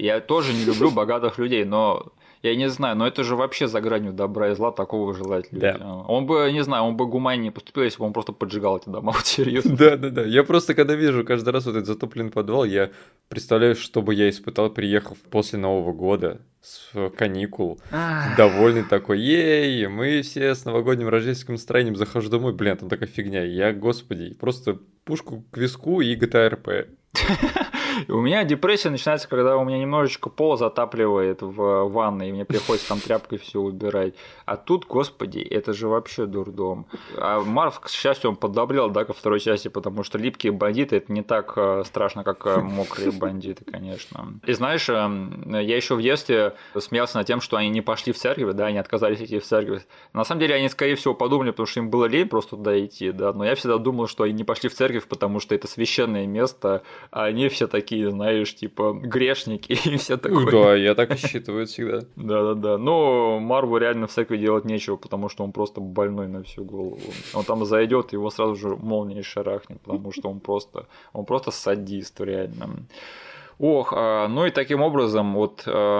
Но я не знаю, но это же вообще за гранью добра и зла такого желать людям. Да. Он бы, не знаю, он бы гуманнее поступил, если бы он просто поджигал эти дома, вот серьезно. Да. Я просто, когда вижу каждый раз вот этот затопленный подвал, я представляю, что бы я испытал, приехав после Нового года с каникул, довольный такой, ей, мы все с новогодним рождественским настроением, захожу домой, блин, там такая фигня, я, господи, просто пушку к виску и GTA RP. У меня депрессия начинается, когда у меня немножечко пол затапливает в ванной, и мне приходится там тряпкой все убирать. А тут, господи, это же вообще дурдом. А Марв, к счастью, он подобрел, да, ко второй части, потому что липкие бандиты это не так страшно, как мокрые бандиты, конечно. И знаешь, я еще в детстве смеялся над тем, что они не пошли в церковь, да, они отказались идти в церковь. На самом деле они, скорее всего, подумали, потому что им было лень просто туда идти, да. Но я всегда думал, что они не пошли в церковь, потому что это священное место, а они все такие, знаешь, типа грешники и все такое. Да, я так и считываю всегда. Да. Но Марву реально в церкви делать нечего, потому что он просто больной на всю голову. Он там зайдет, его сразу же молнией шарахнет, потому что он просто садист, реально. Ох, ну и таким образом, вот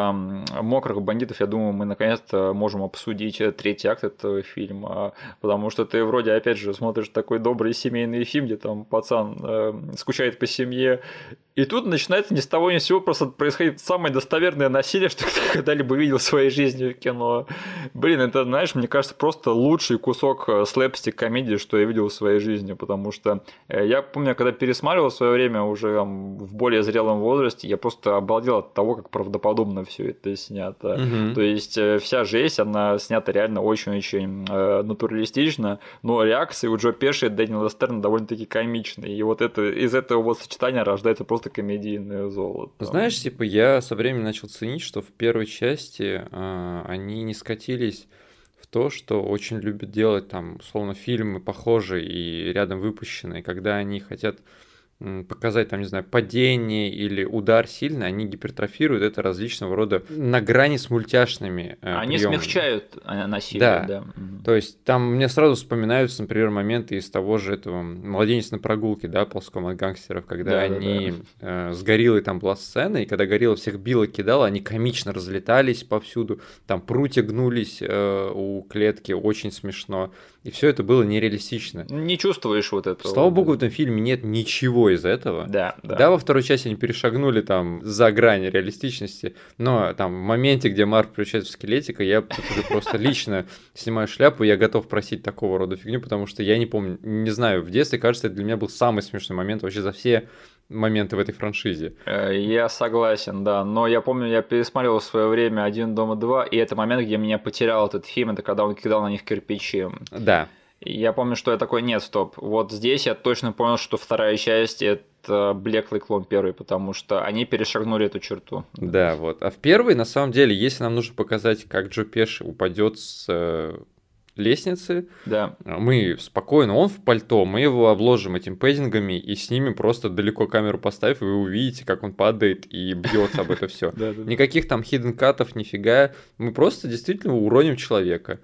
«Мокрых бандитов», я думаю, мы наконец-то можем обсудить третий акт этого фильма, потому что ты вроде, опять же, смотришь такой добрый семейный фильм, где там пацан скучает по семье, и тут начинается ни с того ни с сего просто происходит самое достоверное насилие, что ты когда-либо видел в своей жизни в кино. Блин, это, знаешь, мне кажется, просто лучший кусок слэпстик-комедии, что я видел в своей жизни, потому что я помню, когда пересматривал в свое время уже в более зрелом возрасте, я просто обалдел от того, как правдоподобно все это снято. То есть вся жесть, она снята реально очень-очень натуралистично, но реакции у Джо Пеши и Дэниела Стерна довольно-таки комичные. И вот это, из этого вот сочетания рождается просто комедийное золото. Знаешь, типа, я со временем начал ценить, что в первой части они не скатились в то, что очень любят делать там, условно, фильмы похожие и рядом выпущенные, когда они хотят показать, там, не знаю, падение или удар сильный, они гипертрофируют это различного рода на грани с мультяшными Они приемами. Смягчают насилие, да. То есть там мне сразу вспоминаются, например, моменты из того же этого «Младенец на прогулке», да, ползком от гангстеров, когда они с гориллой там была сцена, и когда горилла всех била, кидала, они комично разлетались повсюду, там прутья гнулись у клетки, очень смешно. И все это было нереалистично. Не чувствуешь вот этого. Слава богу, в этом фильме нет ничего из этого. Да. Во второй части они перешагнули там за грань реалистичности, но там в моменте, где Марв превращается в скелетика, я уже просто лично снимаю шляпу, я готов просить такого рода фигню, потому что я не помню, не знаю, в детстве, кажется, это для меня был самый смешной момент вообще за все моменты в этой франшизе. Я согласен, да. Но я помню, я пересмотрел в свое время «Один дома 2», и это момент, где меня потерял этот фильм, это когда он кидал на них кирпичи. Да. Я помню, что я такой, нет, стоп. Вот здесь я точно понял, что вторая часть — это блеклый клон первой, потому что они перешагнули эту черту. Да, вот. А в первой, на самом деле, если нам нужно показать, как Джо Пеши упадет с лестницы, да. Мы спокойно, он в пальто, мы его обложим этим пэддингами и снимем просто далеко камеру поставив, и вы увидите, как он падает и бьется об это все. Никаких там хидden-катов, нифига, мы просто действительно уроним человека.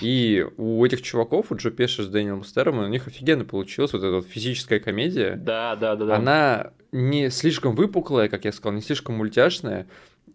И у этих чуваков, у Джо Пеши с Дэниелом Стерном, у них офигенно получилась вот эта вот физическая комедия. Да. Она не слишком выпуклая, как я сказал, не слишком мультяшная.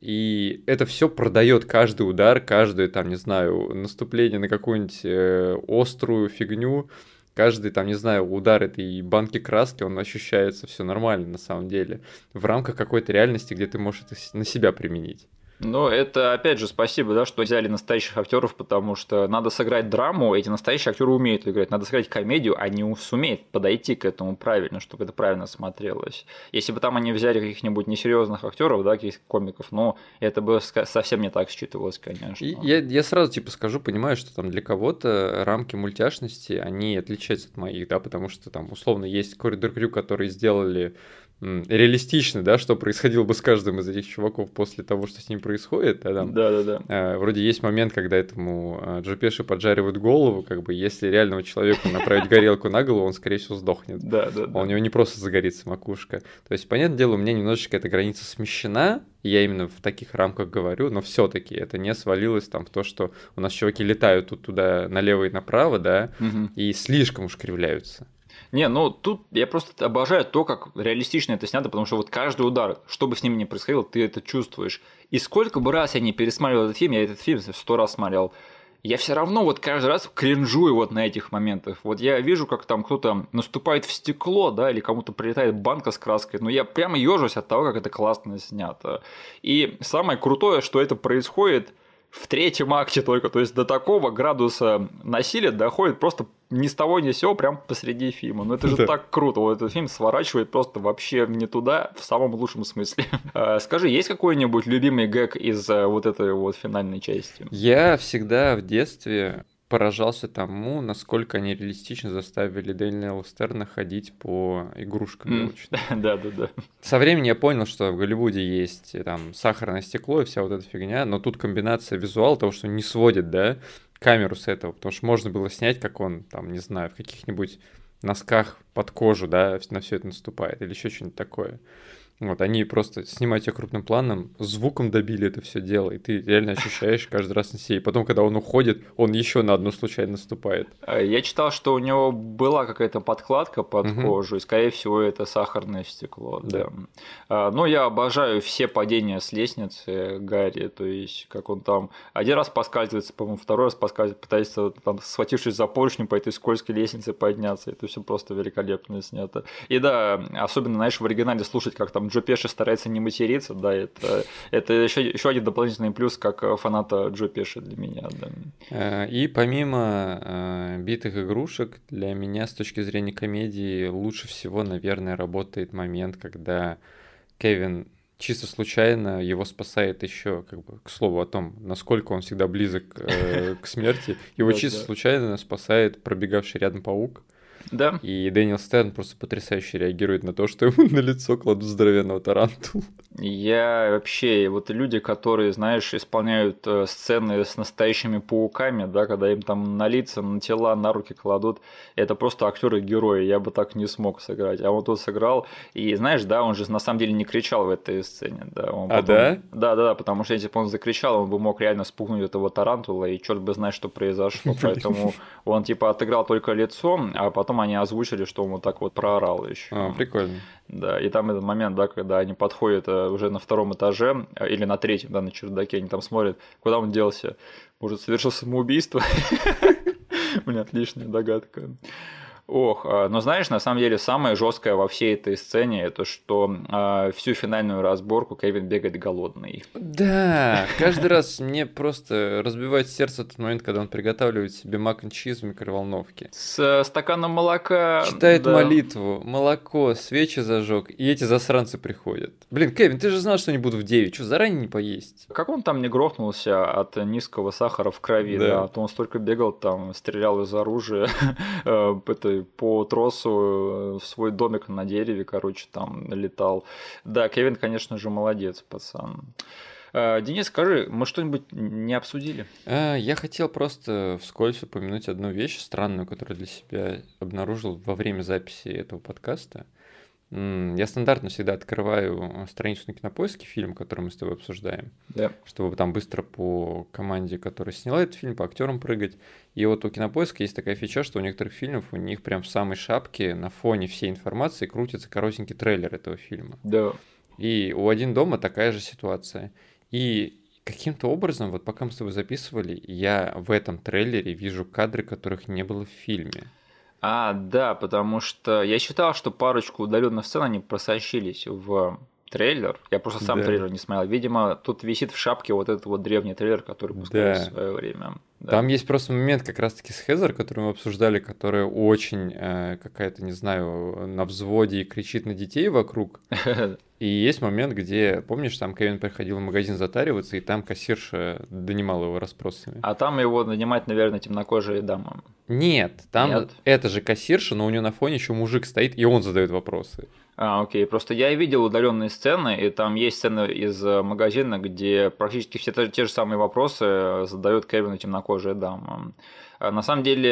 И это все продает каждый удар, каждое, там, не знаю, наступление на какую-нибудь острую фигню, каждый, там, не знаю, удар этой банки краски, он ощущается все нормально на самом деле, в рамках какой-то реальности, где ты можешь это на себя применить. Ну, это, опять же, спасибо, да, что взяли настоящих актеров, потому что надо сыграть драму, эти настоящие актеры умеют играть, надо сыграть комедию, они сумеют подойти к этому правильно, чтобы это правильно смотрелось. Если бы там они взяли каких-нибудь несерьезных актеров, да, каких-то комиков, но это бы совсем не так считывалось, конечно. Я сразу типа скажу, понимаю, что там для кого-то рамки мультяшности, они отличаются от моих, да, потому что там условно есть Коридор Крю, которые сделали реалистично, да, что происходило бы с каждым из этих чуваков после того, что с ним происходит. А там, вроде есть момент, когда этому Джо Пеши поджаривают голову, как бы если реального человека направить горелку на голову, он, скорее всего, сдохнет. У него не просто загорится макушка. То есть, понятное дело, у меня немножечко эта граница смещена, я именно в таких рамках говорю, но все-таки это не свалилось там в то, что у нас чуваки летают тут туда налево и направо, да, и слишком уж кривляются. Не, ну тут я просто обожаю то, как реалистично это снято, потому что вот каждый удар, что бы с ним ни происходило, ты это чувствуешь. И сколько бы раз я не пересматривал этот фильм, я этот фильм 100 раз смотрел, я все равно вот каждый раз кринжую вот на этих моментах. Вот я вижу, как там кто-то наступает в стекло, да, или кому-то прилетает банка с краской, но я прямо ежусь от того, как это классно снято. И самое крутое, что это происходит в третьем акте только, то есть до такого градуса насилия доходит просто ни с того ни с сего, прям посреди фильма. Ну это же так круто, вот этот фильм сворачивает просто вообще не туда, в самом лучшем смысле. Скажи, есть какой-нибудь любимый гэг из вот этой вот финальной части? Я всегда в детстве поражался тому, насколько они реалистично заставили Дэниела Стерна ходить по игрушкам. Да. Со временем я понял, что в Голливуде есть там сахарное стекло и вся вот эта фигня, но тут комбинация визуала того, что не сводит, да, камеру с этого, потому что можно было снять, как он, там, не знаю, в каких-нибудь носках под кожу, да, на все это наступает, или еще что-нибудь такое. Вот, они просто снимают тебя крупным планом, звуком добили это все дело, и ты реально ощущаешь каждый раз на себе. И потом, когда он уходит, он еще на одну случайно наступает. Я читал, что у него была какая-то подкладка под кожу, и, скорее всего, это сахарное стекло. Да. Но я обожаю все падения с лестницы Гарри, то есть, как он там один раз поскальзывается, по-моему, второй раз поскальзывается, пытается, там, схватившись за поручни, по этой скользкой лестнице подняться. Это все просто великолепно снято. И да, особенно, знаешь, в оригинале слушать, как там Джо Пеши старается не материться, да, это еще один дополнительный плюс, как фаната Джо Пеши для меня. Да. И помимо битых игрушек, для меня с точки зрения комедии лучше всего, наверное, работает момент, когда Кевин чисто случайно его спасает еще, как бы, к слову о том, насколько он всегда близок к смерти, его чисто случайно спасает пробегавший рядом паук. Да. И Дэниел Стерн просто потрясающе реагирует на то, что ему на лицо кладут здоровенного тарантула. Я вообще, вот люди, которые, знаешь, исполняют сцены с настоящими пауками, да, когда им там на лица, на тела, на руки кладут, это просто актеры-герои, я бы так не смог сыграть. А он тут сыграл, и знаешь, да, он же на самом деле не кричал в этой сцене. Да, он потом... да? Да, потому что если бы он закричал, он бы мог реально спугнуть этого тарантула, и черт бы знает, что произошло. Поэтому он типа отыграл только лицо, а потом они озвучили, что он вот так вот проорал еще. Прикольно. Да, и там этот момент, да, когда они подходят уже на втором этаже или на третьем, да, на чердаке, они там смотрят, куда он делся. Может, совершил самоубийство? У меня отличная догадка. Ох, но знаешь, на самом деле самое жесткое во всей этой сцене это что всю финальную разборку Кевин бегает голодный. Да, каждый раз мне просто разбивает сердце тот момент, когда он приготавливает себе мак-н-чиз в микроволновке. С стаканом молока. Читает молитву, молоко, свечи зажег, и эти засранцы приходят. Блин, Кевин, ты же знал, что они будут в 9, что, заранее не поесть? Как он там не грохнулся от низкого сахара в крови, да? А то он столько бегал там, стрелял из оружия, по тросу в свой домик на дереве, короче, там летал. Да, Кевин, конечно же, молодец, пацан. Денис, скажи, мы что-нибудь не обсудили? Я хотел просто вскользь упомянуть одну вещь странную, которую для себя обнаружил во время записи этого подкаста. Я стандартно всегда открываю страницу на Кинопоиске, фильм, который мы с тобой обсуждаем, чтобы там быстро по команде, которая сняла этот фильм, по актерам прыгать. И вот у Кинопоиска есть такая фича, что у некоторых фильмов у них прям в самой шапке на фоне всей информации крутится коротенький трейлер этого фильма. Да. И у «Один дома» такая же ситуация. И каким-то образом, вот пока мы с тобой записывали, я в этом трейлере вижу кадры, которых не было в фильме. Да, потому что я считал, что парочку удаленных сцен они просочились в трейлер. Я просто сам трейлер не смотрел. Видимо, тут висит в шапке вот этот вот древний трейлер, который пускали в свое время. Да. Там есть просто момент как раз-таки с Хезер, который мы обсуждали, которая очень какая-то, не знаю, на взводе и кричит на детей вокруг. И есть момент, где, помнишь, там Кевин приходил в магазин затариваться, и там кассирша донимала его расспросами. А там его нанимает, наверное, темнокожая дама. Нет, там Нет? это же кассирша, но у нее на фоне еще мужик стоит, и он задает вопросы. Окей. Просто я видел удаленные сцены, и там есть сцены из магазина, где практически все те же самые вопросы задает Кевину темнокожая дама. На самом деле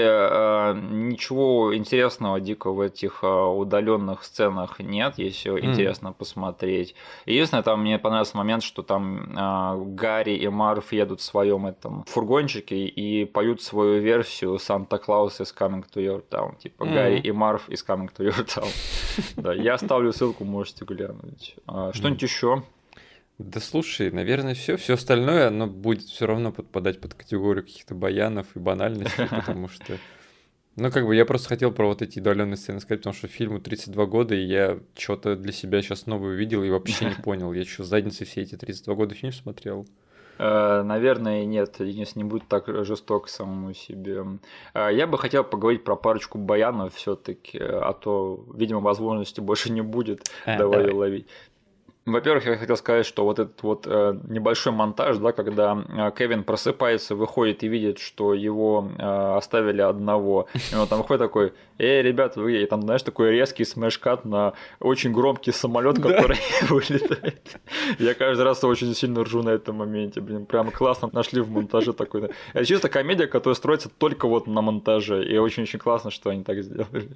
ничего интересного дико в этих удаленных сценах нет, если интересно посмотреть. Единственное, там мне понравился момент, что там Гарри и Марв едут в своем этом фургончике и поют свою версию Santa Claus is coming to your town. Типа Гарри и Марв is coming to your town. Да, я оставлю ссылку, можете глянуть. Что-нибудь еще? Да слушай, наверное, все остальное, оно будет все равно подпадать под категорию каких-то баянов и банальностей, потому что... Ну, как бы я просто хотел про вот эти удаленные сцены сказать, потому что фильму 32 года, и я что-то для себя сейчас новое увидел и вообще не понял. Я что, с задницей все эти 32 года фильм смотрел? Наверное, нет, Денис не будет так жесток к самому себе. Я бы хотел поговорить про парочку баянов все-таки, а то, видимо, возможности больше не будет. Давай ловить. Во-первых, я хотел сказать, что вот этот вот небольшой монтаж, да, когда Кевин просыпается, выходит и видит, что его оставили одного, и он там выходит такой: ребят, вы, и там, знаешь, такой резкий смэш-кат на очень громкий самолет, который вылетает. Я каждый раз очень сильно ржу на этом моменте, блин, прям классно нашли в монтаже такой. Это чисто комедия, которая строится только вот на монтаже, и очень-очень классно, что они так сделали.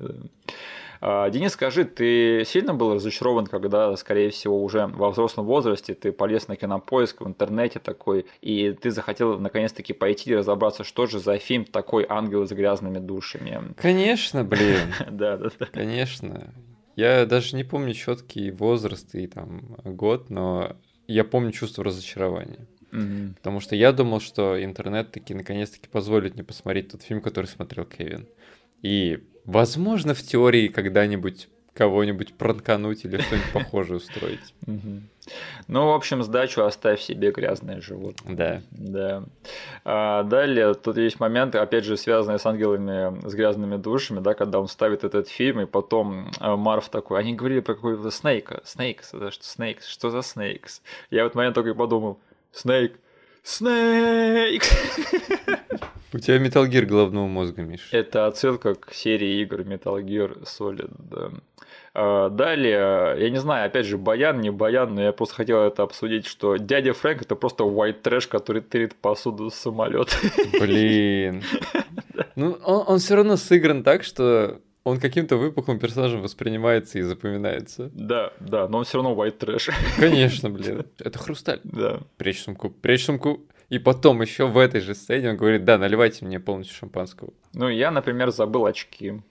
Денис, скажи, ты сильно был разочарован, когда, скорее всего, уже во взрослом возрасте ты полез на Кинопоиск в интернете такой, и ты захотел наконец-таки пойти и разобраться, что же за фильм такой «Ангелы с грязными душами»? Конечно, блин. Да. Конечно. Я даже не помню четкий возраст и там год, но я помню чувство разочарования. Потому что я думал, что интернет таки наконец-таки позволит мне посмотреть тот фильм, который смотрел Кевин. И, возможно, в теории когда-нибудь кого-нибудь пранкануть или что-нибудь похожее устроить. Ну, в общем, сдачу оставь себе, грязное животное. Да. Далее, тут есть моменты, опять же, связанные с ангелами с грязными душами, да, когда он ставит этот фильм, и потом Марв такой, они говорили про какого-то Снейка. Снейкс, это что Снейкс? Что за Снейкс? Я в этот момент только и подумал: Снейк! У тебя Metal Gear головного мозга, Миш. Это отсылка к серии игр Metal Gear Solid. Да. Далее, я не знаю, опять же, баян, не баян, но я просто хотел это обсудить, что дядя Фрэнк — это просто white trash, который тырит посуду с самолета. Блин. Ну, он все равно сыгран так, что он каким-то выпуклым персонажем воспринимается и запоминается. Да, но он все равно white trash. Конечно, блин. Это Хрусталь. Да. Прячь сумку. И потом еще в этой же сцене он говорит: да, наливайте мне полностью шампанского. Ну, я, например, забыл очки.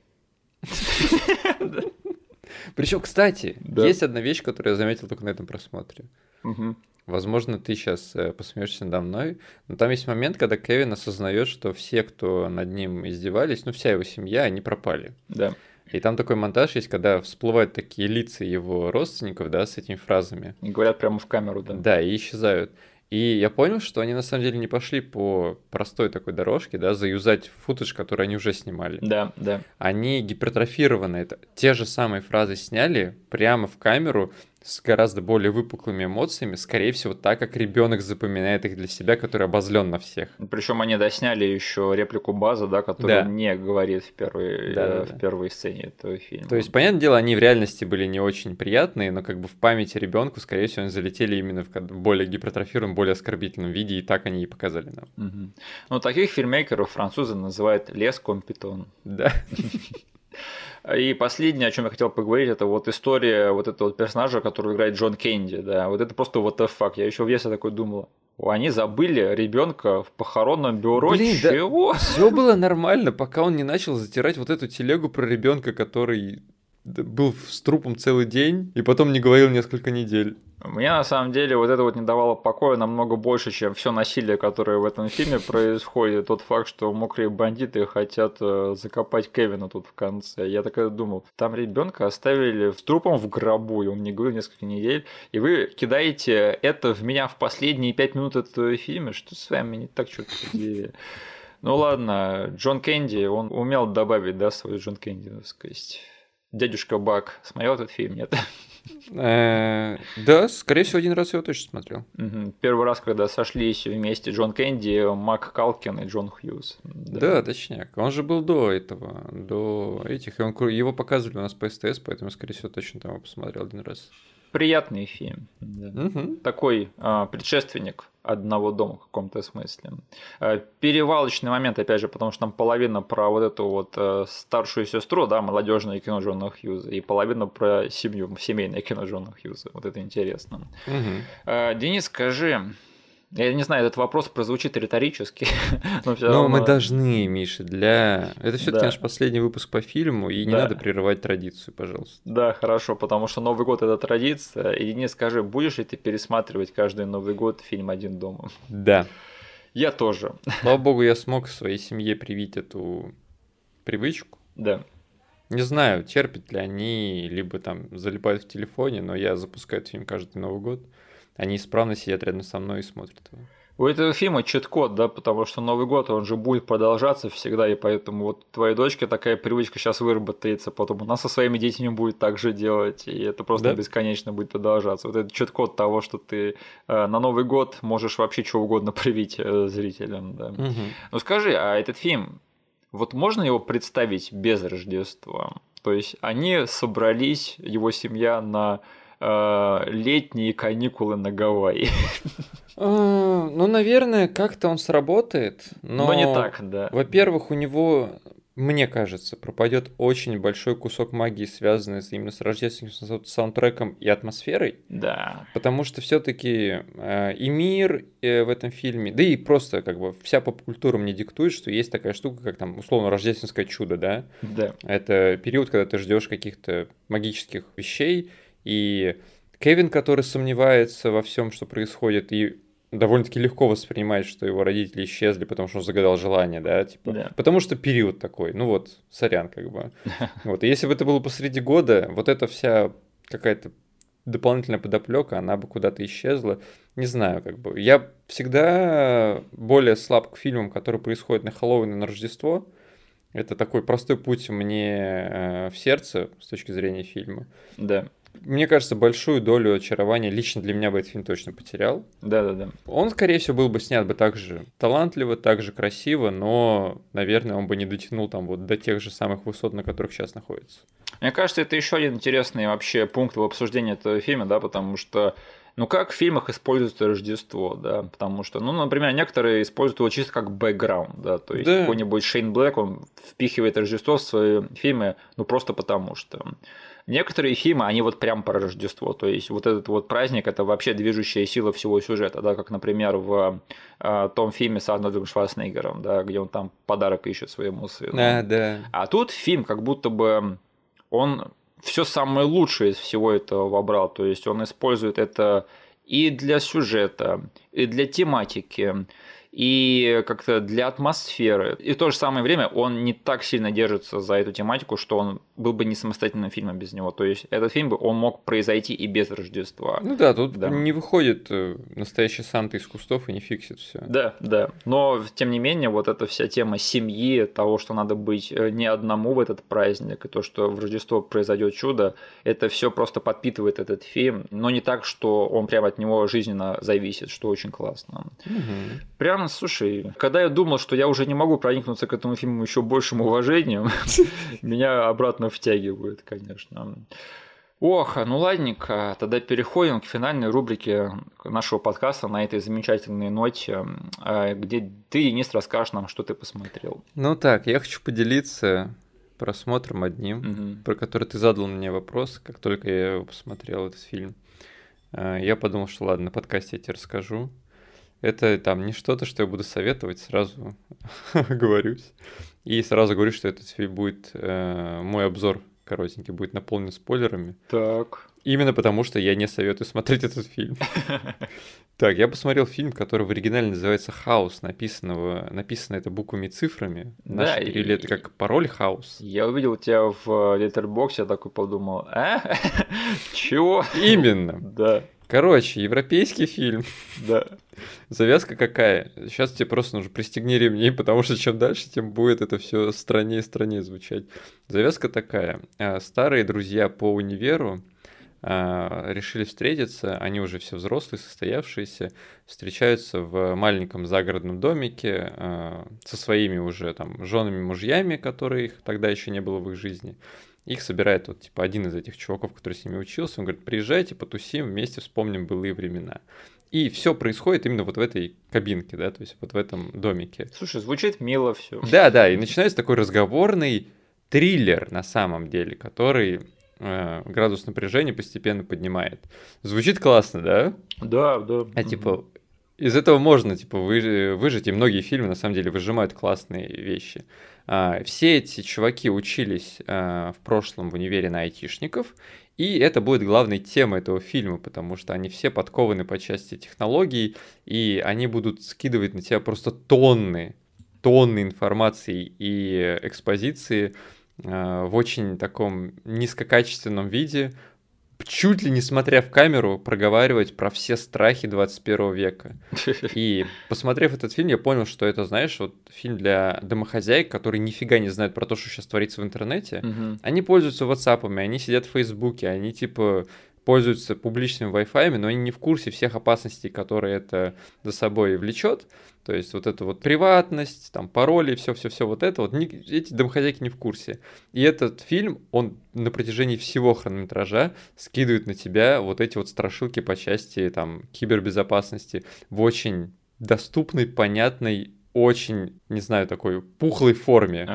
Причем, кстати, есть одна вещь, которую я заметил только на этом просмотре. Возможно, ты сейчас посмеешься надо мной, но там есть момент, когда Кевин осознает, что все, кто над ним издевались, ну, вся его семья, они пропали. Да. И там такой монтаж есть, когда всплывают такие лица его родственников, да, с этими фразами. И говорят прямо в камеру, да. Да, и исчезают. И я понял, что они на самом деле не пошли по простой такой дорожке, да, заюзать футаж, который они уже снимали. Да. Они гипертрофированы, это те же самые фразы сняли прямо в камеру с гораздо более выпуклыми эмоциями, скорее всего, так как ребенок запоминает их для себя, который обозлен на всех. Причем они досняли еще реплику База, да, которая не говорит в первой сцене этого фильма. То есть, понятное дело, они в реальности были не очень приятные, но как бы в памяти ребенку, скорее всего, они залетели именно в более гипертрофированном, более оскорбительном виде, и так они и показали нам. Ну, таких фильммейкеров французы называют «les compétents». Да. И последнее, о чем я хотел поговорить, это вот история вот этого вот персонажа, который играет Джон Кенди, да, вот это просто what the fuck. Я еще в детстве такой думал: они забыли ребенка в похоронном бюро. Блин, чего? Да, все было нормально, пока он не начал затирать вот эту телегу про ребенка, который был с трупом целый день и потом не говорил несколько недель. Мне на самом деле вот это вот не давало покоя намного больше, чем все насилие, которое в этом фильме происходит. Тот факт, что мокрые бандиты хотят закопать Кевина тут в конце. Я так и думал, там ребенка оставили с трупом в гробу, и он не говорил несколько недель, и вы кидаете это в меня в последние 5 минут этого фильма. Что с вами не так, что-то? Ну ладно, Джон Кенди, он умел добавить, да, свою Джон Кендиновскость. Дядюшка Бак. Смотрел этот фильм, нет? Да, скорее всего, один раз я его точно смотрел. Первый раз, когда сошлись вместе Джон Кенди, Мак Калкин и Джон Хьюз. Да, точняк. Он же был до этого, до этих. И его показывали у нас по СТС, поэтому, скорее всего, точно там его посмотрел один раз. Приятный фильм. Да. Такой предшественник «Одного дома» в каком-то смысле. Перевалочный момент, опять же, потому что там половина про вот эту вот старшую сестру, да, молодежное кино Джона Хьюза, и половина про семью, семейное кино Джона Хьюза. Вот это интересно. Денис, скажи, я не знаю, этот вопрос прозвучит риторически. Но мы должны, Миша, Это все-таки наш последний выпуск по фильму, и не надо прерывать традицию, пожалуйста. Да, хорошо, потому что Новый год – это традиция. И, Денис, скажи, будешь ли ты пересматривать каждый Новый год фильм «Один дома»? Да. Я тоже. Слава богу, я смог своей семье привить эту привычку. Да. Не знаю, терпят ли они, либо там залипают в телефоне, но я запускаю этот фильм каждый Новый год. Они исправно сидят рядом со мной и смотрят его. У этого фильма чит-код, да, потому что Новый год, он же будет продолжаться всегда, и поэтому вот твоей дочке такая привычка сейчас выработается, потом она со своими детьми будет так же делать, и это просто бесконечно будет продолжаться. Вот этот чит-код того, что ты на Новый год можешь вообще что угодно привить зрителям, да. Ну скажи, а этот фильм, вот можно его представить без Рождества? То есть они собрались, его семья, на летние каникулы на Гавайи. Ну, наверное, как-то он сработает, но не так, да. Во-первых, у него, мне кажется, пропадет очень большой кусок магии, связанный именно с рождественским саундтреком и атмосферой. Да. Потому что все-таки и мир в этом фильме, да и просто как бы вся поп-культура мне диктует, что есть такая штука, как там условно рождественское чудо, да? Да. Это период, когда ты ждешь каких-то магических вещей, и Кевин, который сомневается во всем, что происходит, и довольно-таки легко воспринимает, что его родители исчезли, потому что он загадал желание, да, типа, да. Потому что период такой, ну вот, сорян, как бы. Вот, и если бы это было посреди года, вот эта вся какая-то дополнительная подоплека, она бы куда-то исчезла, не знаю, как бы. Я всегда более слаб к фильмам, которые происходят на Хэллоуин и на Рождество. Это такой простой путь мне в сердце с точки зрения фильма. Да. Мне кажется, большую долю очарования лично для меня бы этот фильм точно потерял. Да. Он, скорее всего, был бы снят бы так же талантливо, так же красиво, но, наверное, он бы не дотянул там вот до тех же самых высот, на которых сейчас находится. Мне кажется, это еще один интересный вообще пункт в обсуждении этого фильма, да, потому что как в фильмах используется Рождество, да, потому что, например, некоторые используют его чисто как бэкграунд, да, то есть какой-нибудь Шейн Блэк, он впихивает Рождество в свои фильмы, просто потому что. Некоторые фильмы, они вот прям про Рождество, то есть вот этот вот праздник – это вообще движущая сила всего сюжета, да, как, например, в том фильме с Арнольдом Шварценеггером, да, где он там подарок ищет своему сыну. Да. А тут фильм как будто бы он все самое лучшее из всего этого вобрал, то есть он использует это и для сюжета, и для тематики, и как-то для атмосферы. И в то же самое время он не так сильно держится за эту тематику, что он был бы не самостоятельным фильмом без него. То есть этот фильм он мог произойти и без Рождества. Ну да, тут не выходит настоящий Санта из кустов и не фиксит все. Да. Но тем не менее, вот эта вся тема семьи, того, что надо быть не одному в этот праздник, и то, что в Рождество произойдет чудо, это все просто подпитывает этот фильм, но не так, что он прям от него жизненно зависит, что очень классно. Прям, слушай, когда я думал, что я уже не могу проникнуться к этому фильму еще большим уважением, меня обратно втягивает, конечно. Ох, ну ладненько, тогда переходим к финальной рубрике нашего подкаста на этой замечательной ноте, где ты, Денис, расскажешь нам, что ты посмотрел. Ну так, я хочу поделиться просмотром одним, про который ты задал мне вопрос, как только я его посмотрел, этот фильм. Я подумал, что ладно, на подкасте я тебе расскажу. Это там не что-то, что я буду советовать, сразу говорюсь. И сразу говорю, что этот фильм будет, мой обзор коротенький, будет наполнен спойлерами. Так. Именно потому, что я не советую смотреть этот фильм. Так, я посмотрел фильм, который в оригинале называется «Хаус», написано это буквами и цифрами. Да, или это как пароль «Хаус». Я увидел тебя в Letterboxd, я такой подумал, чего? Именно. Да. Короче, европейский фильм. Да. Завязка какая? Сейчас тебе просто нужно пристегни ремни, потому что чем дальше, тем будет это все страннее и страннее звучать. Завязка такая. Старые друзья по универу решили встретиться, они уже все взрослые, состоявшиеся, встречаются в маленьком загородном домике со своими уже там женами, мужьями, которых тогда еще не было в их жизни. Их собирает вот типа один из этих чуваков, который с ними учился, он говорит: приезжайте, потусим, вместе вспомним былые времена. И все происходит именно вот в этой кабинке, да, то есть вот в этом домике. Слушай, звучит мило все. Да, и начинается такой разговорный триллер на самом деле, который градус напряжения постепенно поднимает. Звучит классно, да? Да. Типа из этого можно типа выжить, и многие фильмы на самом деле выжимают классные вещи. Все эти чуваки учились в прошлом в универе на айтишников, и это будет главной темой этого фильма, потому что они все подкованы по части технологий, и они будут скидывать на тебя просто тонны информации и экспозиции в очень таком низкокачественном виде, чуть ли не смотря в камеру, проговаривать про все страхи 21 века. И посмотрев этот фильм, я понял, что это, знаешь, вот фильм для домохозяек, которые нифига не знают про то, что сейчас творится в интернете. Они пользуются WhatsApp'ами, они сидят в Фейсбуке, они типа пользуются публичными Wi-Fi, но они не в курсе всех опасностей, которые это за собой влечет. То есть вот эта вот приватность, там пароли, все вот это, вот эти домохозяйки не в курсе. И этот фильм, он на протяжении всего хронометража скидывает на тебя вот эти вот страшилки по части там кибербезопасности в очень доступной, понятной, очень, не знаю, такой пухлой форме.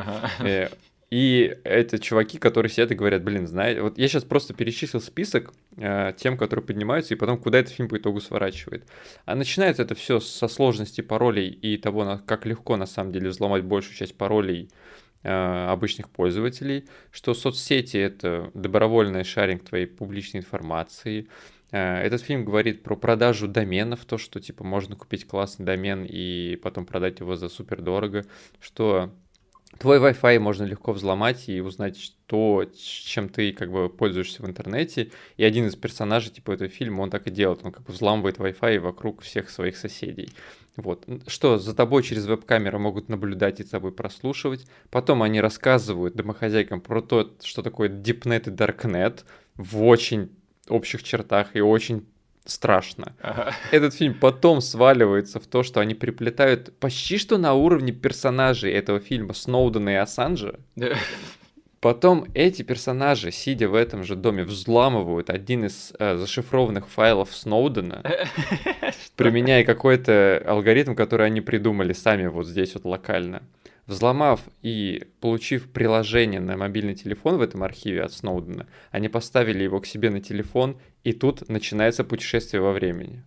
И это чуваки, которые сидят и говорят: блин, знаете, вот я сейчас просто перечислил список тем, которые поднимаются, и потом куда этот фильм по итогу сворачивает. А начинается это все со сложности паролей и того, как легко на самом деле взломать большую часть паролей обычных пользователей, что соцсети — это добровольный шаринг твоей публичной информации. Этот фильм говорит про продажу доменов, то, что типа можно купить классный домен и потом продать его за супер дорого, что твой Wi-Fi можно легко взломать и узнать то, чем ты как бы пользуешься в интернете. И один из персонажей типа этого фильма, он так и делает. Он как бы взламывает Wi-Fi вокруг всех своих соседей. Вот. Что за тобой через веб-камеры могут наблюдать и за тобой прослушивать. Потом они рассказывают домохозяйкам про то, что такое DeepNet и Darknet в очень общих чертах и очень страшно. Этот фильм потом сваливается в то, что они приплетают почти что на уровне персонажей этого фильма Сноудена и Ассанжа. Потом эти персонажи, сидя в этом же доме, взламывают один из зашифрованных файлов Сноудена, применяя какой-то алгоритм, который они придумали сами вот здесь вот локально. Взломав и получив приложение на мобильный телефон в этом архиве от Сноудена, они поставили его к себе на телефон, и тут начинается путешествие во времени.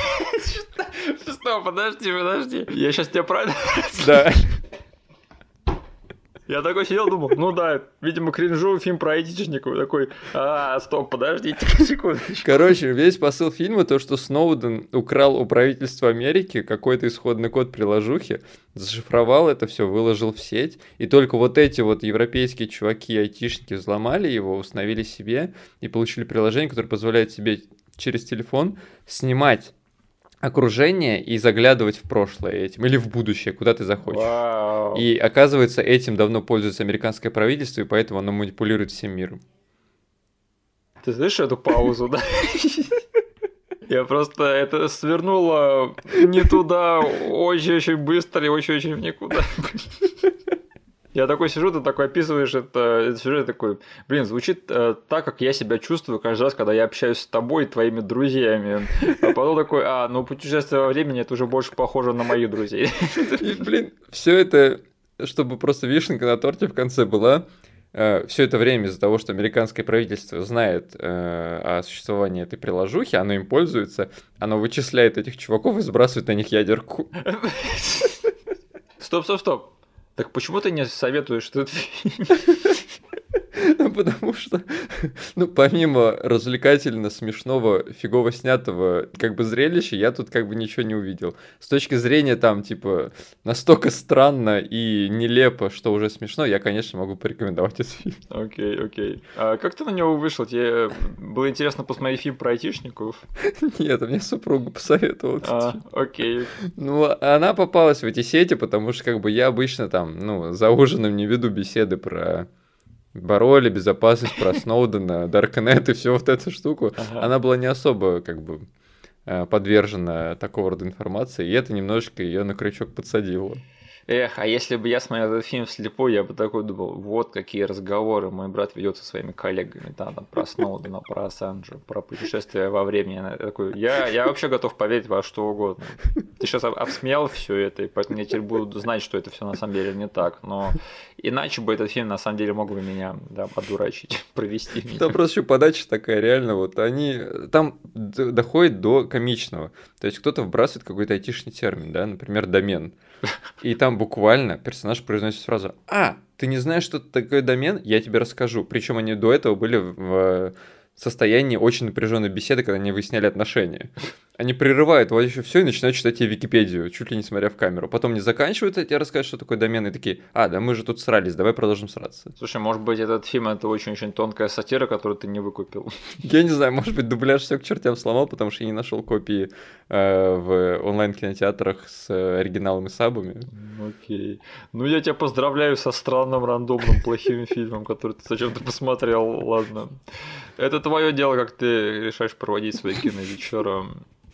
Что? Подожди. Я сейчас тебя правильно... Да. Я такой сидел, думал, ну да, видимо, кринжовый фильм про айтишников. Такой, стоп, подождите секундочку. Короче, весь посыл фильма то, что Сноуден украл у правительства Америки какой-то исходный код приложухи, зашифровал это все, выложил в сеть, и только вот эти вот европейские чуваки, айтишники, взломали его, установили себе и получили приложение, которое позволяет себе через телефон снимать окружение и заглядывать в прошлое этим, или в будущее, куда ты захочешь. Вау. И оказывается, этим давно пользуется американское правительство, и поэтому оно манипулирует всем миром. Ты слышишь эту паузу, да? Я просто это свернула не туда очень-очень быстро и очень-очень в никуда. Я такой сижу, ты такой описываешь это сюжет, такой, блин, звучит так, как я себя чувствую каждый раз, когда я общаюсь с тобой и твоими друзьями. А потом такой, путешествие во времени, это уже больше похоже на моих друзей. И, блин, все это, чтобы просто вишенка на торте в конце была, все это время из-за того, что американское правительство знает о существовании этой приложухи, оно им пользуется, оно вычисляет этих чуваков и сбрасывает на них ядерку. Стоп. Так почему ты не советуешь этот фильм? Потому что, ну, помимо развлекательно смешного, фигово снятого, как бы зрелища, я тут как бы ничего не увидел. С точки зрения там, типа, настолько странно и нелепо, что уже смешно, я, конечно, могу порекомендовать этот фильм. Окей. А как ты на него вышел? Тебе было интересно посмотреть фильм про айтишников? Нет, мне супруга посоветовала этот фильм. Окей. Ну, она попалась в эти сети, потому что как бы я обычно там, ну, за ужином не веду беседы про пароли, безопасность, про Сноудена, Даркнет и всю вот эту штуку. Ага. Она была не особо как бы подвержена такого рода информации, и это немножечко ее на крючок подсадило. Эх, а если бы я смотрел этот фильм вслепую, я бы такой думал, вот какие разговоры мой брат ведет со своими коллегами, да, там, про Сноудена, про Ассанжа, про путешествия во времени. Я такой, я вообще готов поверить во что угодно. Ты сейчас обсмеял все это, и поэтому я теперь буду знать, что это все на самом деле не так. Но иначе бы этот фильм на самом деле мог бы меня, да, одурачить, провести меня. Там просто еще подача такая, реально, вот они там доходит до комичного. То есть кто-то вбрасывает какой-то айтишный термин, да, например, домен. И там буквально персонаж произносит фразу: «А, ты не знаешь, что такое домен? Я тебе расскажу». Причем они до этого были в состоянии очень напряженной беседы, когда они выясняли отношения. Они прерывают вот еще все и начинают читать тебе Википедию, чуть ли не смотря в камеру. Потом не заканчивают, и тебе рассказывают, что такое домен, и такие: «А, да мы же тут срались, давай продолжим сраться». Слушай, может быть, этот фильм это очень-очень тонкая сатира, которую ты не выкупил. Я не знаю, может быть, дубляж все к чертям сломал, потому что я не нашел копии в онлайн-кинотеатрах с оригиналом и сабами. Окей. Ну, я тебя поздравляю со странным, рандомным, плохим фильмом, который ты зачем-то посмотрел. Ладно. Это твое дело, как ты решаешь проводить свои киновечера.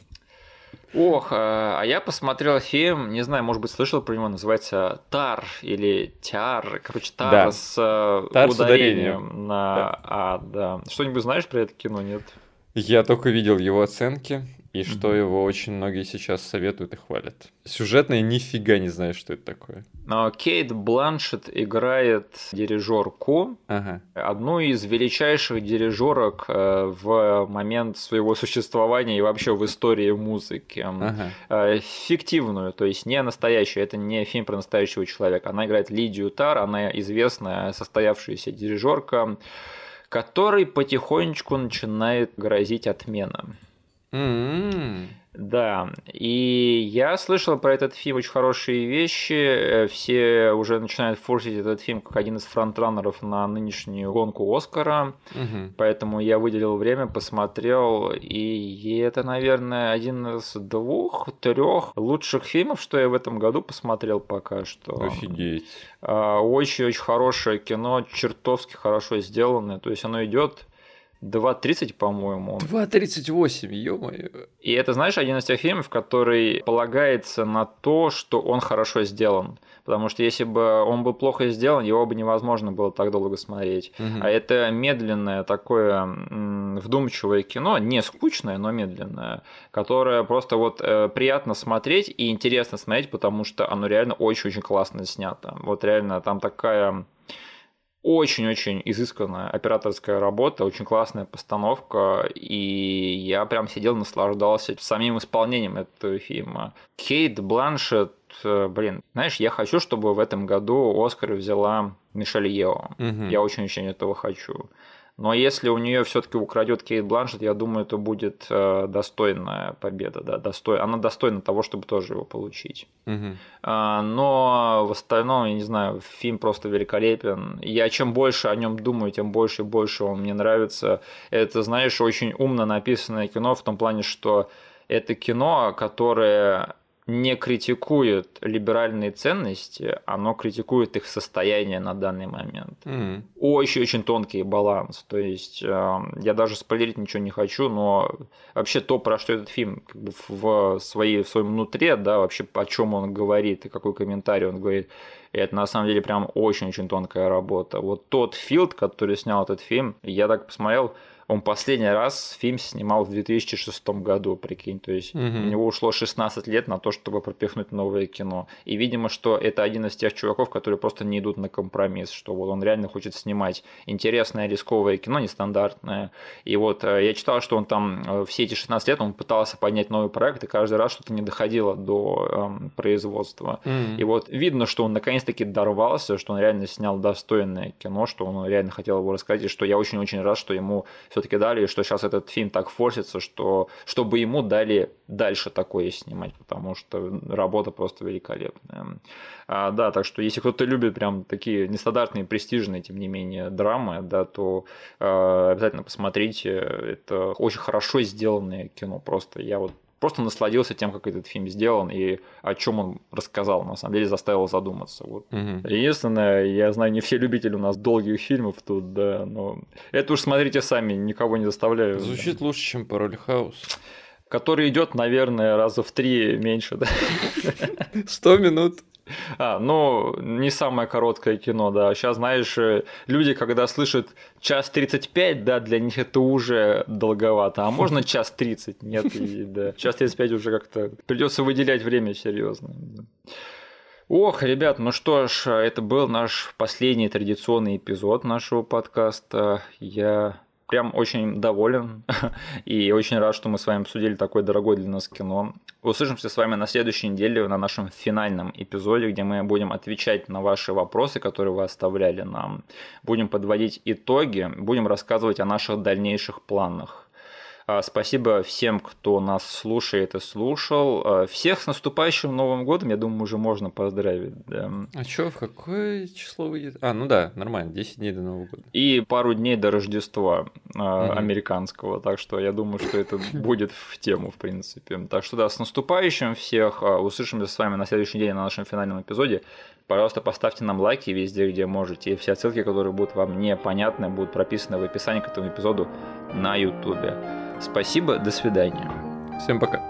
Ох, а я посмотрел фильм, не знаю, может быть, слышал про него, называется «Тар» или «Тиар», короче, «Тар» Да. с «Тар» с ударением на Да. «А», да. Что-нибудь знаешь про это кино, нет? Я только видел его оценки, и что его очень многие сейчас советуют и хвалят. Сюжетно я нифига не знаю, что это такое. Но Кейт Бланшетт играет дирижерку, Ага. одну из величайших дирижерок в момент своего существования и вообще в истории музыки. Ага. Фиктивную, то есть не настоящую, это не фильм про настоящего человека. Она играет Лидию Тар, она известная состоявшаяся дирижерка, которой потихонечку начинает грозить отмена. Да, и я слышал про этот фильм очень хорошие вещи. Все уже начинают форсить этот фильм как один из фронтраннеров на нынешнюю гонку Оскара. Поэтому я выделил время, посмотрел, и это, наверное, один из 2-3 лучших фильмов, что я в этом году посмотрел пока что. Офигеть. Очень-очень хорошее кино, чертовски хорошо сделанное. То есть оно идет 2:30, по-моему. 2:38, ё-моё. И это, знаешь, один из тех фильмов, который полагается на то, что он хорошо сделан. Потому что если бы он был плохо сделан, его бы невозможно было так долго смотреть. А это медленное такое вдумчивое кино, не скучное, но медленное, которое просто вот приятно смотреть и интересно смотреть, потому что оно реально очень-очень классно снято. Вот реально там такая очень-очень изысканная операторская работа, очень классная постановка, и я прям сидел, наслаждался самим исполнением этого фильма. Кейт Бланшетт, знаешь, я хочу, чтобы в этом году Оскар взяла Мишель Йео. Я очень-очень этого хочу. Но если у нее все-таки украдет Кейт Бланшетт, я думаю, это будет достойная победа. Да, она достойна того, чтобы тоже его получить. Но в остальном, я не знаю, фильм просто великолепен. Я чем больше о нем думаю, тем больше и больше он мне нравится. Это, знаешь, очень умно написанное кино в том плане, что это кино, которое не критикует либеральные ценности, оно критикует их состояние на данный момент. Очень-очень тонкий баланс. То есть я даже спойлерить ничего не хочу, но вообще то, про что этот фильм как бы в своем внутри, да, вообще о чем он говорит и какой комментарий он говорит, это на самом деле прям очень-очень тонкая работа. Вот тот Филд, который снял этот фильм, я так посмотрел, Он последний раз фильм снимал в 2006 году, прикинь. То есть у него ушло 16 лет на то, чтобы пропихнуть новое кино. И, видимо, что это один из тех чуваков, которые просто не идут на компромисс, что вот он реально хочет снимать интересное рисковое кино, нестандартное. И вот я читал, что он там все эти 16 лет он пытался поднять новый проект, и каждый раз что-то не доходило до производства. И вот видно, что он наконец-таки дорвался, что он реально снял достойное кино, что он реально хотел его рассказать, и что я очень-очень рад, что ему все-таки дали, и что сейчас этот фильм так форсится, что чтобы ему дали дальше такое снимать, потому что работа просто великолепная. Да, так что если кто-то любит прям такие нестандартные, престижные, тем не менее, драмы, да, то обязательно посмотрите. Это очень хорошо сделанное кино. Просто я вот просто насладился тем, как этот фильм сделан и о чем он рассказал, на самом деле заставил задуматься. Вот. Единственное, я знаю, не все любители у нас долгих фильмов тут, да, но это уж смотрите сами, никого не заставляю. Звучит лучше, чем «Пароль Хаус». Который идет, наверное, раза в 3 меньше, да. 100 минут. Ну, не самое короткое кино, да. Сейчас, знаешь, люди, когда слышат 1:35, да, для них это уже долговато. А можно 1:30? Нет, да. 1:35 уже как-то придется выделять время серьезно. Ох, ребят, ну что ж, это был наш последний традиционный эпизод нашего подкаста. Я прям очень доволен и очень рад, что мы с вами обсудили такое дорогое для нас кино. Услышимся с вами на следующей неделе на нашем финальном эпизоде, где мы будем отвечать на ваши вопросы, которые вы оставляли нам. Будем подводить итоги, будем рассказывать о наших дальнейших планах. Спасибо всем, кто нас слушает и слушал. Всех с наступающим Новым годом, я думаю, уже можно поздравить. Да. А чё, в какое число выйдет? Ну да, нормально, 10 дней до Нового года. И пару дней до Рождества американского, так что я думаю, что это будет в тему, в принципе. Так что да, с наступающим всех. Услышимся с вами на следующей неделе на нашем финальном эпизоде. Пожалуйста, поставьте нам лайки везде, где можете. И все ссылки, которые будут вам непонятны, будут прописаны в описании к этому эпизоду на YouTube. Спасибо, до свидания. Всем пока.